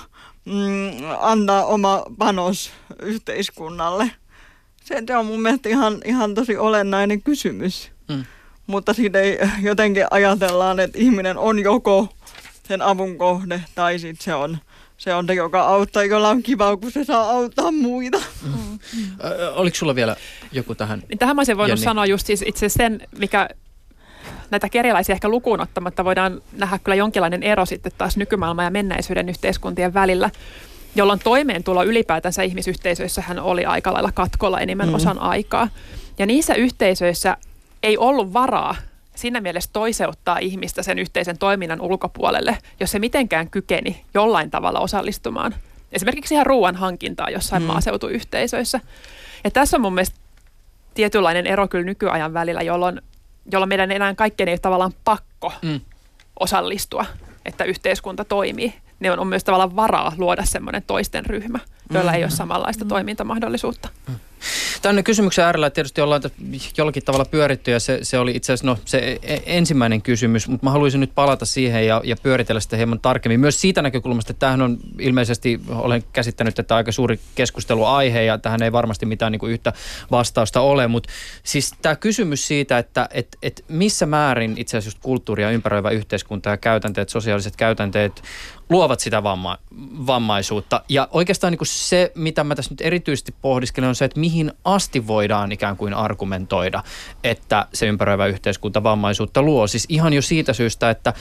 antaa oma panos yhteiskunnalle. Se on mun mielestä ihan tosi olennainen kysymys. Mutta siitä ei jotenkin ajatellaan, että ihminen on joko sen avun kohde tai sitten se on se, joka auttaa, jolla on kiva, kun se saa auttaa muita. Oliko sulla vielä joku tähän? Tähän mä olisin voinut sanoa just siis itse sen, mikä näitä kerjäläisiä ehkä lukuun ottamatta voidaan nähdä kyllä jonkinlainen ero sitten taas nykymaailman ja menneisyyden yhteiskuntien välillä, jolloin toimeentulo ylipäätänsä ihmisyhteisöissähän oli aika lailla katkolla enimmän osan aikaa. Ja niissä yhteisöissä ei ollut varaa siinä mielessä toiseuttaa ihmistä sen yhteisen toiminnan ulkopuolelle, jos se mitenkään kykeni jollain tavalla osallistumaan. Esimerkiksi ihan ruoan hankintaa jossain maaseutuyhteisöissä. Ja tässä on mun mielestä tietynlainen ero kyllä nykyajan välillä, jolloin meidän enää kaikkeen ei ole tavallaan pakko osallistua, että yhteiskunta toimii. Ne on myös tavallaan varaa luoda semmoinen toisten ryhmä, joilla ei ole samanlaista toimintamahdollisuutta. Tänne kysymyksen äärellä tietysti ollaan jollakin tavalla pyöritty ja se oli itse asiassa se ensimmäinen kysymys, mutta mä haluaisin nyt palata siihen ja pyöritellä sitä hieman tarkemmin. Myös siitä näkökulmasta, että tämähän on ilmeisesti, olen käsittänyt, että aika suuri keskusteluaihe ja tähän ei varmasti mitään niin kuin yhtä vastausta ole, mutta siis tämä kysymys siitä, että missä määrin itse asiassa just kulttuuri ja ympäröivä yhteiskunta ja käytänteet, sosiaaliset käytänteet luovat sitä vammaisuutta. Ja oikeastaan niin kuin se, mitä mä tässä nyt erityisesti pohdiskelen, on se, että mihin asti voidaan ikään kuin argumentoida, että se ympäröivä yhteiskunta vammaisuutta luo. Siis ihan jo siitä syystä, että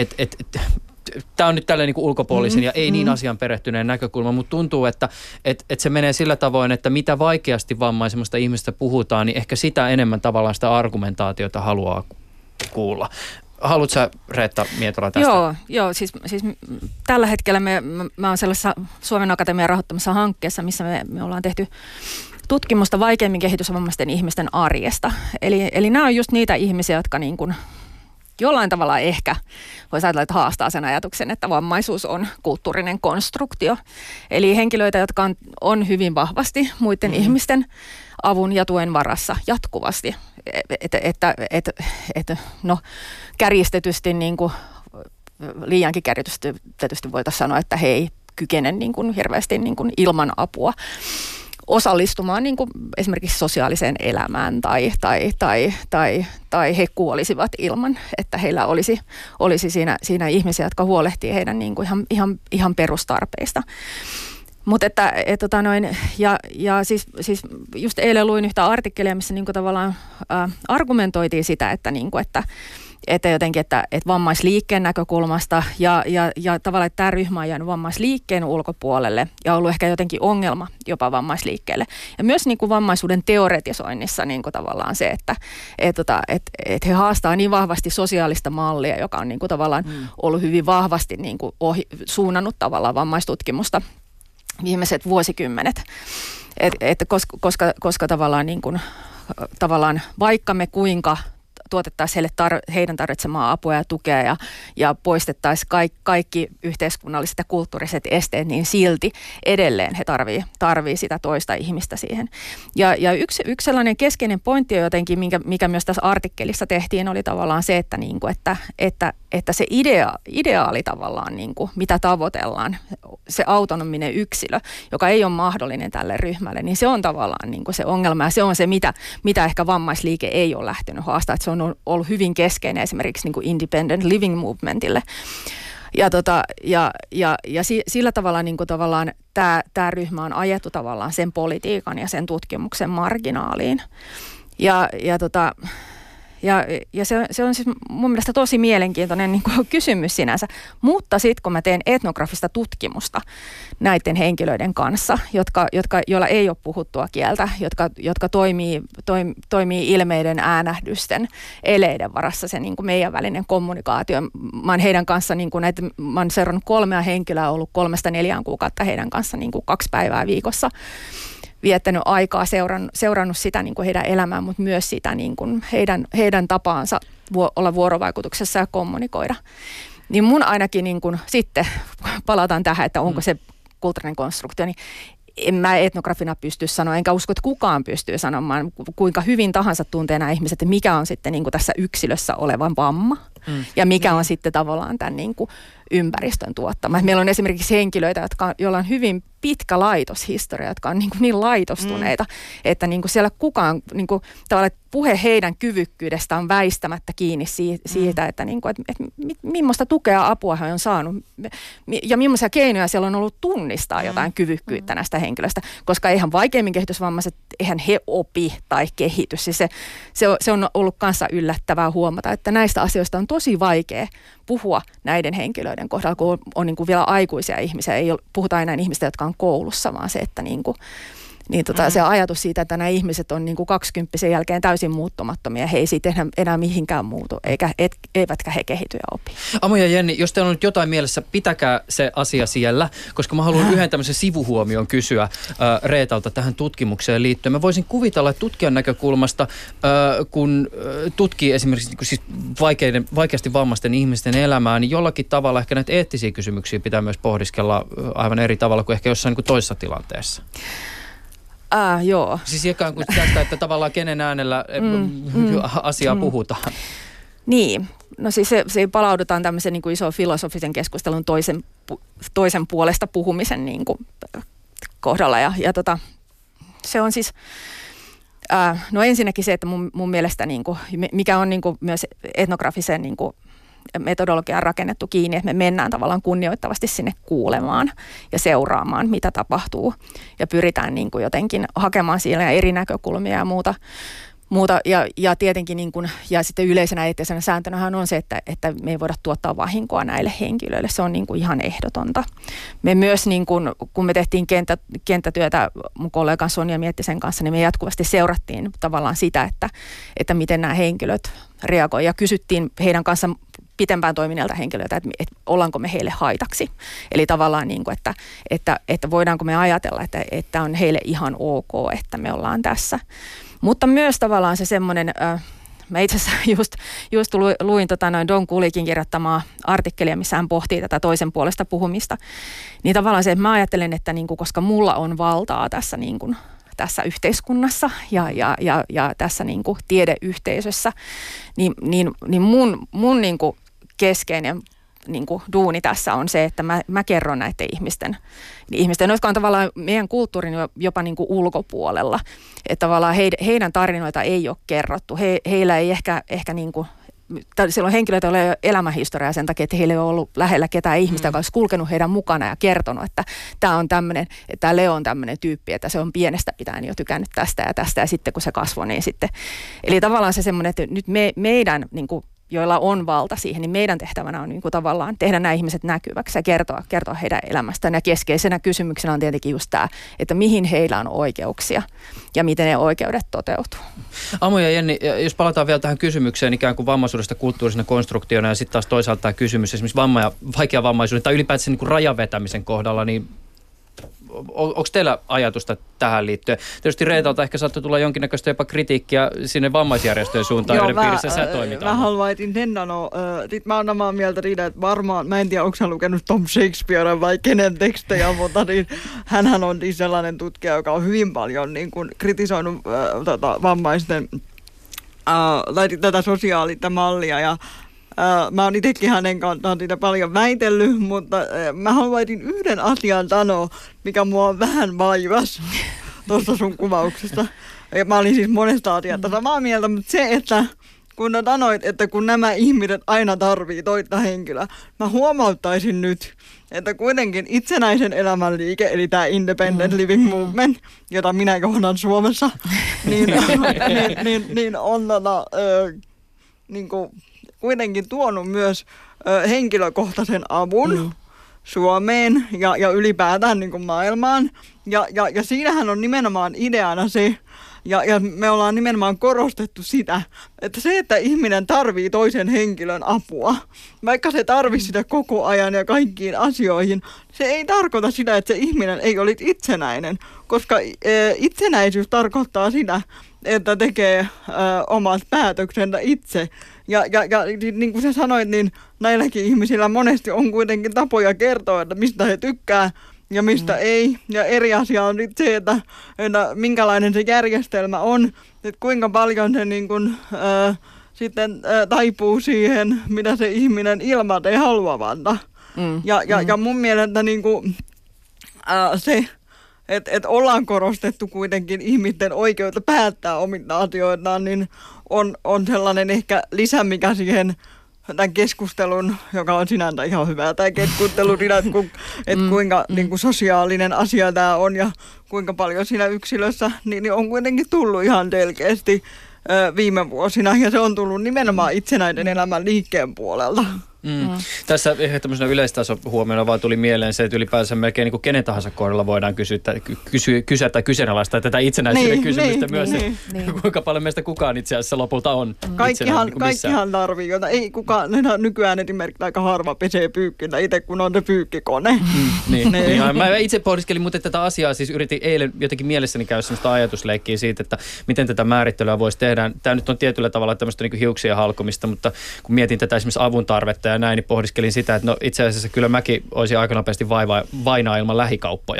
tämä on nyt tälleen niin kuin ulkopuolisen ja ei niin asian perehtyneen näkökulma, mutta tuntuu, että se menee sillä tavoin, että mitä vaikeasti vammaisemmasta ihmistä puhutaan, niin ehkä sitä enemmän tavallaan sitä argumentaatiota haluaa kuulla. Haluatko sä, Reetta Mietola, tästä? Joo, siis tällä hetkellä mä oon sellaisessa Suomen Akatemian rahoittamassa hankkeessa, missä me ollaan tehty tutkimusta vaikeimmin kehitysvammaisten ihmisten arjesta. Eli nämä on just niitä ihmisiä, jotka niin kuin jollain tavalla ehkä voisi ajatella, että haastaa sen ajatuksen, että vammaisuus on kulttuurinen konstruktio. Eli henkilöitä, jotka on hyvin vahvasti muiden ihmisten avun ja tuen varassa jatkuvasti. Kärjistetysti, niin kuin, liiankin kärjistetysti voitaisiin sanoa, että he ei kykene niin kuin hirveästi niin kuin ilman apua osallistumaan niin kuin esimerkiksi sosiaaliseen elämään tai he kuolisivat ilman, että heillä olisi siinä ihmisiä, jotka huolehtii heidän niin kuin ihan perustarpeista. Mutta siis just eilen luin yhtä artikkelia, missä niinku tavallaan argumentoitiin sitä, että jotenkin, että vammaisliikkeen näkökulmasta ja tavallaan, että tämä ryhmä on jäänyt vammaisliikkeen ulkopuolelle ja ollut ehkä jotenkin ongelma jopa vammaisliikkeelle. Ja myös niin kuin vammaisuuden teoretisoinnissa niin kuin tavallaan se, että he haastaa niin vahvasti sosiaalista mallia, joka on niin kuin tavallaan ollut hyvin vahvasti niin kuin suunnannut tavallaan vammaistutkimusta viimeiset vuosikymmenet, koska tavallaan, niin kuin, tavallaan vaikka me kuinka tuotettaisiin heidän tarvitsemaa apua ja tukea ja poistettaisiin kaikki yhteiskunnalliset ja kulttuuriset esteet, niin silti edelleen he tarvii sitä toista ihmistä siihen. Ja yksi sellainen keskeinen pointti jotenkin, mikä myös tässä artikkelissa tehtiin, oli tavallaan se, että se ideaali tavallaan, niin kuin, mitä tavoitellaan, se autonominen yksilö, joka ei ole mahdollinen tälle ryhmälle, niin se on tavallaan niin kuin se ongelma ja se on se, mitä ehkä vammaisliike ei ole lähtenyt haastamaan. Se on ollut hyvin keskeinen esimerkiksi niin kuin independent living movementille. Ja sillä tavalla niin kuin tavallaan tämä ryhmä on ajettu tavallaan sen politiikan ja sen tutkimuksen marginaaliin. Ja se on siis mun mielestä tosi mielenkiintoinen niin kuin kysymys sinänsä, mutta sitten kun mä teen etnografista tutkimusta näiden henkilöiden kanssa, joilla ei ole puhuttua kieltä, jotka toimii ilmeiden, äänähdysten, eleiden varassa se niin kuin meidän välinen kommunikaatio. Mä oon heidän kanssa, niin kuin mä oon seurannut 3 henkilöä, ollut 3-4 kuukautta heidän kanssa niin kuin 2 päivää viikossa. Viettänyt aikaa, seurannut sitä niin kuin heidän elämään, mutta myös sitä niin kuin heidän tapaansa olla vuorovaikutuksessa ja kommunikoida. Niin mun ainakin niin kuin, sitten palataan tähän, että onko se kulttuurinen konstruktio, niin en mä etnografina pysty sanoa, enkä usko, että kukaan pystyy sanomaan, kuinka hyvin tahansa tuntee nämä ihmiset, että mikä on sitten niin kuin tässä yksilössä oleva vamma ja mikä on sitten tavallaan tämän niin kuin ympäristön tuottama. Meillä on esimerkiksi henkilöitä, joilla on hyvin pitkä laitoshistoria, jotka on niin laitostuneita, että niin kuin siellä kukaan, niin kuin, tavallaan, että puhe heidän kyvykkyydestä on väistämättä kiinni siitä, että, niin kuin, että millaista tukea apua he on saanut ja millaisia keinoja siellä on ollut tunnistaa jotain kyvykkyyttä näistä henkilöistä, koska eihän vaikeimmin kehitysvammaiset, eihän he opi tai kehity. Siis se on ollut kanssa yllättävää huomata, että näistä asioista on tosi vaikea puhua näiden henkilöiden kohdalla, kun on niin kuin vielä aikuisia ihmisiä. Ei puhuta enää ihmistä, jotka on koulussa, vaan se, että se ajatus siitä, että nämä ihmiset on niin kuin 20 jälkeen täysin muuttumattomia. He ei siitä enää mihinkään muutu, eivätkä he kehity ja opi. Amo ja Jenni, jos teillä on nyt jotain mielessä, pitäkää se asia siellä, koska mä haluan yhden tämmöisen sivuhuomion kysyä Reetalta tähän tutkimukseen liittyen. Mä voisin kuvitella, että tutkijan näkökulmasta, kun tutkii esimerkiksi niin kuin siis vaikeasti vammaisten ihmisten elämää, niin jollakin tavalla ehkä näitä eettisiä kysymyksiä pitää myös pohdiskella aivan eri tavalla kuin ehkä jossain niin kuin toisessa tilanteessa. Joo. Siis ikään kuin tästä, että tavallaan kenen äänellä asiaa puhutaan. Niin. No siis se palaudutaan tämmöisen niin kuin iso filosofisen keskustelun toisen puolesta puhumisen niin kuin kohdalla. Ja se on siis, no ensinnäkin se, että mun mielestä niin kuin, mikä on niin kuin myös etnografisen niin kuin metodologia on rakennettu kiinni, että me mennään tavallaan kunnioittavasti sinne kuulemaan ja seuraamaan, mitä tapahtuu. Ja pyritään niin kuin jotenkin hakemaan siellä eri näkökulmia ja muuta. Ja tietenkin niin kuin, ja sitten yleisenä eettisenä sääntönähän on se, että me ei voida tuottaa vahinkoa näille henkilöille. Se on niin kuin ihan ehdotonta. Me myös, niin kuin, kun me tehtiin kenttätyötä mun kollegan Sonja Miettisen kanssa, niin me jatkuvasti seurattiin tavallaan sitä, että miten nämä henkilöt reagoivat. Ja kysyttiin heidän kanssa pitempään toimineilta henkilöiltä, että ollaanko me heille haitaksi. Eli tavallaan, niin kuin, että voidaanko me ajatella, että on heille ihan ok, että me ollaan tässä. Mutta myös tavallaan se semmoinen, mä itse asiassa just luin Don Kulikin kirjoittamaa artikkelia, missä hän pohtii tätä toisen puolesta puhumista. Niin tavallaan se, että mä ajattelen, että niin kuin, koska mulla on valtaa tässä, niin kuin, tässä yhteiskunnassa ja tässä niin kuin tiedeyhteisössä, niin mun niin kuin keskeinen niin kuin duuni tässä on se, että mä kerron näiden ihmisten, jotka on tavallaan meidän kulttuurin jopa niin kuin ulkopuolella. Että tavallaan heidän tarinoita ei ole kerrottu. Heillä ei ehkä niin kuin, siellä on henkilöitä, joilla ei ole elämänhistoriaa sen takia, että heillä ei ole ollut lähellä ketään ihmistä, joka olisi kulkenut heidän mukana ja kertonut, että tämä on tämmöinen, että tämä Leo on tämmöinen tyyppi, että se on pienestä pitäen jo tykännyt tästä ja tästä ja sitten kun se kasvoi, niin sitten. Eli tavallaan se semmoinen, että nyt meidän niin kuin, joilla on valta siihen, niin meidän tehtävänä on niin kuin tavallaan tehdä nämä ihmiset näkyväksi ja kertoa heidän elämästään. Ja keskeisenä kysymyksenä on tietenkin just tämä, että mihin heillä on oikeuksia ja miten ne oikeudet toteutuu. Amo ja Jenni, jos palataan vielä tähän kysymykseen ikään kuin vammaisuudesta kulttuurisena konstruktiona ja sitten taas toisaalta tämä kysymys esimerkiksi vaikeavammaisuuden tai ylipäätään niin kuin rajan vetämisen kohdalla, niin onko teillä ajatusta tähän liittyen? Tietysti Reetalta ehkä saattoi tulla jonkinnäköistä jopa kritiikkiä sinne vammaisjärjestöjen suuntaan, joiden piirissä sä toimit. Mä haluaisin sen sanoa. Mä oon samaa mieltä siitä, että varmaan, mä en tiedä, onko hän lukenut Tom Shakespearen vai kenen tekstejä, mutta niin, hänhän on niin sellainen tutkija, joka on hyvin paljon niin kuin kritisoinut vammaisten tätä sosiaalista mallia ja mä oon itsekin hänen kanssaan siitä paljon väitellyt, mutta mä haluaisin yhden asian sanoa, mikä mua on vähän vaivas tuossa sun kuvauksesta. Ja mä olin siis monesta asiasta samaa mieltä, mutta se, että kun sanoit, että kun nämä ihmiset aina tarvii toista henkilöä, mä huomauttaisin nyt, että kuitenkin itsenäisen elämän liike, eli tämä Independent Living Movement, jota minä johdan Suomessa, niin on niin kuin kuitenkin tuonut myös henkilökohtaisen avun Suomeen ja ylipäätään niin kuin maailmaan. Ja siinähän on nimenomaan ideana se, ja me ollaan nimenomaan korostettu sitä, että se, että ihminen tarvii toisen henkilön apua, vaikka se tarvii sitä koko ajan ja kaikkiin asioihin, se ei tarkoita sitä, että se ihminen ei olisi itsenäinen, koska itsenäisyys tarkoittaa sitä, että tekee omat päätöksensä itse. Ja niin kuin sä sanoit, niin näilläkin ihmisillä monesti on kuitenkin tapoja kertoa, että mistä he tykkää ja mistä ei. Ja eri asia on nyt se, että minkälainen se järjestelmä on, että kuinka paljon se niin kuin, sitten taipuu siihen, mitä se ihminen ilman ei haluavanta. Ja mun mielestä niin kuin, se, että ollaan korostettu kuitenkin ihmisten oikeutta päättää omista asioitaan, niin on sellainen ehkä lisä, mikä siihen tämän keskustelun, joka on sinänsä ihan hyvä, tämä keskustelu, että kuinka niin kuin sosiaalinen asia tämä on ja kuinka paljon siinä yksilössä, niin on kuitenkin tullut ihan selkeästi viime vuosina, ja se on tullut nimenomaan itsenäisen elämän liikkeen puolelta. Tässä ehkä tämmöisenä yleistason huomiona vaan tuli mieleen se, että ylipäänsä melkein niin kuin kenen tahansa kohdalla voidaan kysyä tai kyseenalaistaa tätä itsenäisyyden kysymystä myös, kuinka paljon meistä kukaan itse asiassa lopulta on Kaikkihan tarvii, jota ei kukaan, nykyään esimerkiksi aika harva pesee pyykkinä itse, kun on se pyykkikone. Niin. Mä itse pohdiskelin, mutta tätä asiaa siis yritin eilen jotenkin mielessäni käydä sellaista ajatusleikkiä siitä, että miten tätä määrittelyä voisi tehdä. Tämä nyt on tietyllä tavalla tämmöistä niin kuin hiuksien halkomista, mutta kun mietin tätä esimerkiksi avun tarvetta ja näin, niin pohdiskelin sitä, että no itse asiassa kyllä mäkin olisin aika nopeasti vainaa ilman lähikauppoja.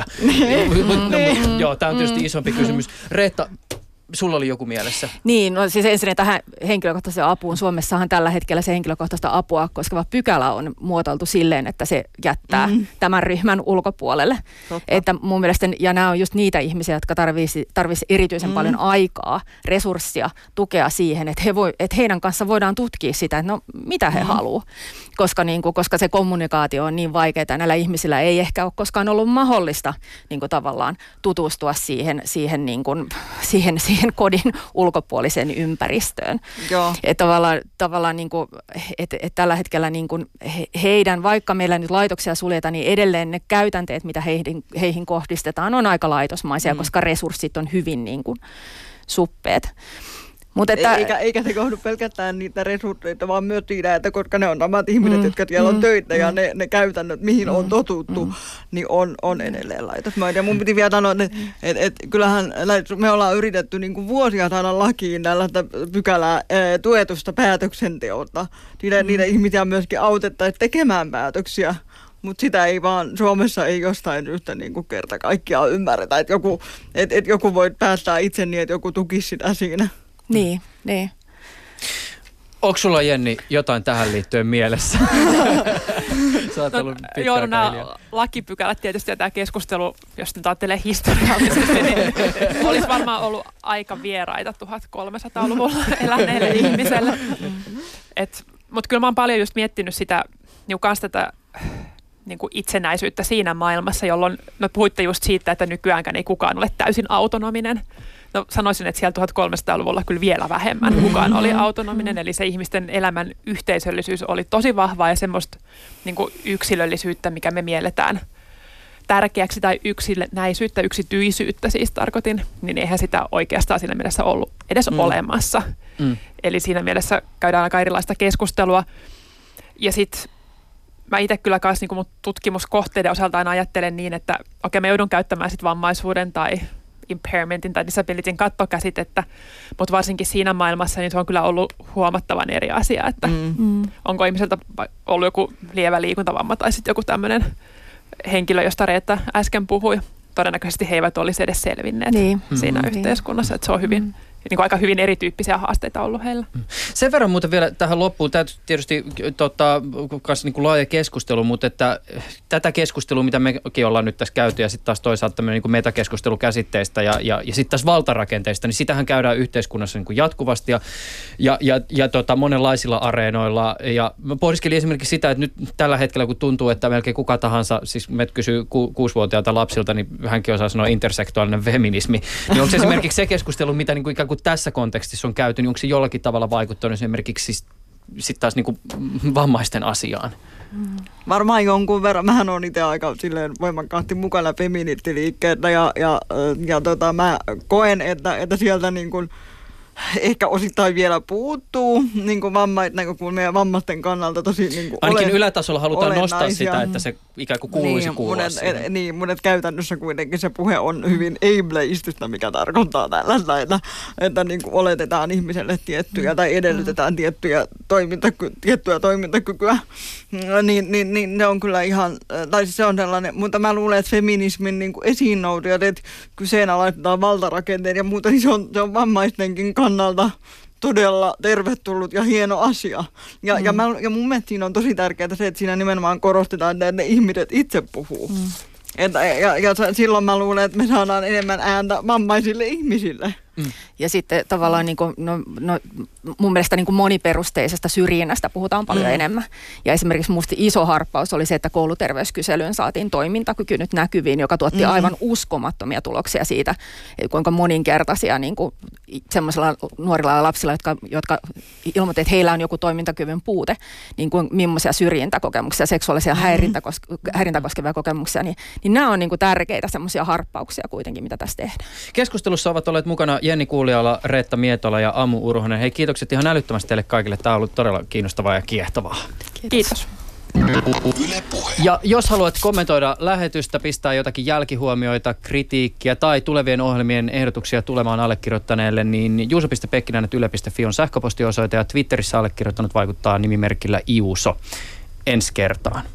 Joo, tämä on tietysti isompi kysymys. Reetta, sulla oli joku mielessä. Niin, no siis ensin tähän henkilökohtaiseen apuun. Suomessahan tällä hetkellä se henkilökohtaista apua koskeva pykälä on muotoiltu silleen, että se jättää tämän ryhmän ulkopuolelle. Totta. Että mun mielestä, ja nämä on just niitä ihmisiä, jotka tarvitsisi erityisen paljon aikaa, resurssia, tukea siihen, että heidän kanssa voidaan tutkia sitä, että no mitä he haluaa. Koska se kommunikaatio on niin vaikeaa, näillä ihmisillä ei ehkä ole koskaan ollut mahdollista niin kuin tavallaan tutustua siihen kodin ulkopuoliseen ympäristöön. Että tavallaan niin kuin, että tällä hetkellä niin kuin heidän, vaikka meillä nyt laitoksia suljetaan, niin edelleen ne käytänteet, mitä heihin kohdistetaan, on aika laitosmaisia, koska resurssit on hyvin niin kuin suppeet. Eikä se kohdu pelkästään niitä resursseita, vaan myös siitä, että koska ne on samat ihmiset, jotka siellä on töitä ja ne käytännöt, mihin on totuttu, niin on edelleen laitosmaita. Ja mun piti vielä sanoa, että kyllähän me ollaan yritetty niin kuin vuosia saada lakiin tällaista pykälää tuetusta päätöksenteosta. Niitä ihmisiä myöskin autettaisiin tekemään päätöksiä. Mutta sitä ei vaan, Suomessa ei jostain syystä niin kuin kerta kaikkiaan ymmärretä, että joku voi päättää itse niin, että joku tukisi sitä siinä. Niin. Onko sulla, Jenni, jotain tähän liittyen mielessä? Sä oot ollut pitkään nämä lakipykälät tietysti ja tämä keskustelu, jos nyt ajattelee historiallisesti, niin olisi varmaan ollut aika vieraita 1300-luvulla eläneelle ihmiselle. Mutta kyllä mä oon paljon just miettinyt sitä, niin kans tätä niin kuin itsenäisyyttä siinä maailmassa, jolloin puhuitte just siitä, että nykyäänkään ei kukaan ole täysin autonominen. No sanoisin, että siellä 1300-luvulla kyllä vielä vähemmän kukaan oli autonominen, eli se ihmisten elämän yhteisöllisyys oli tosi vahvaa ja semmoista niin kuin yksilöllisyyttä, mikä me mielletään tärkeäksi, tai yksinäisyyttä, yksityisyyttä siis tarkoitin, niin eihän sitä oikeastaan siinä mielessä ollut edes olemassa. Eli siinä mielessä käydään aika erilaista keskustelua. Ja sitten mä itse kyllä kanssa niin kuin mun tutkimuskohteiden osalta aina ajattelen niin, että okei, mä joudun käyttämään sit vammaisuuden tai impairmentin tai disabilityn kattokäsitettä, mutta varsinkin siinä maailmassa niin se on kyllä ollut huomattavan eri asia, että onko ihmiseltä ollut joku lievä liikuntavamma tai sitten joku tämmöinen henkilö, josta Reetta äsken puhui. Todennäköisesti he eivät olisi edes selvinneet siinä yhteiskunnassa, että se on hyvin niin kuin aika hyvin erityyppisiä haasteita ollut heillä. Sen verran muuten vielä tähän loppuun, tämä tietysti niin kuin laaja keskustelu, mutta että tätä keskustelua, mitä mekin ollaan nyt tässä käyty, ja sitten taas toisaalta tämmöinen niin kuin metakeskustelu käsitteistä ja sitten taas valtarakenteista, niin sitähän käydään yhteiskunnassa niin kuin jatkuvasti ja monenlaisilla areenoilla. Ja mä pohdiskelin esimerkiksi sitä, että nyt tällä hetkellä, kun tuntuu, että melkein kuka tahansa, siis me kysyy 6-vuotiaalta lapsilta, niin hänkin osaa sanoa intersektuaalinen feminismi. Niin onko se esimerkiksi se keskustelu, mitä niin kuin ikään kuin tässä kontekstissa on käyty, niin onko se jollakin tavalla vaikuttanut esimerkiksi sitten taas niin kuin vammaisten asiaan? Varmaan jonkun verran. Mähän olen itse aika silleen voimakkaasti mukana feministiliikkeellä ja mä koen, että sieltä niin kuin ehkä osittain vielä puuttuu niin kuin näkökulmia vammaisten kannalta tosi niin kuin ainakin ylätasolla halutaan nostaa sitä, että se ikään kuin kuuluisi kuulua siihen. Mutta käytännössä kuitenkin se puhe on hyvin ableistystä, mikä tarkoittaa tällaista, että niin kuin oletetaan ihmiselle tiettyjä tai edellytetään tiettyä toimintakykyä. Niin ne on kyllä ihan, tai se on sellainen, mutta mä luulen, että feminismin niin kuin esiinnoutujat, että kyseenalaistetaan valtarakenteet ja muuta, niin se on vammaistenkin kannalta todella tervetullut ja hieno asia. Ja mun mielestä siinä on tosi tärkeää se, että siinä nimenomaan korostetaan, että ne ihmiset itse puhuu. Ja silloin mä luulen, että me saadaan enemmän ääntä vammaisille ihmisille. Ja sitten tavallaan niin kuin, mun mielestä niin kuin moniperusteisesta syrjinnästä puhutaan paljon enemmän. Ja esimerkiksi musta iso harppaus oli se, että kouluterveyskyselyyn saatiin toimintakyky nyt näkyviin, joka tuotti aivan uskomattomia tuloksia siitä, kuinka moninkertaisia niin kuin semmoisilla nuorilla lapsilla, jotka ilmoittivat, että heillä on joku toimintakyvyn puute, niin kuin millaisia syrjintäkokemuksia, seksuaalisia häirintä koskevia kokemuksia, niin nämä on niin kuin tärkeitä semmoisia harppauksia kuitenkin, mitä tässä tehdään. Keskustelussa ovat olleet mukana Jenni Kuuliala, Reetta Mietola ja Amu Urhonen. Hei, kiitokset ihan älyttömästi teille kaikille. Tämä on ollut todella kiinnostavaa ja kiehtovaa. Kiitos. Ja jos haluat kommentoida lähetystä, pistää jotakin jälkihuomioita, kritiikkiä tai tulevien ohjelmien ehdotuksia tulemaan allekirjoittaneelle, niin juuso.pekkinä@yle.fi on sähköpostiosoite ja Twitterissä allekirjoittanut vaikuttaa nimimerkillä Iuso. Ensi kertaan.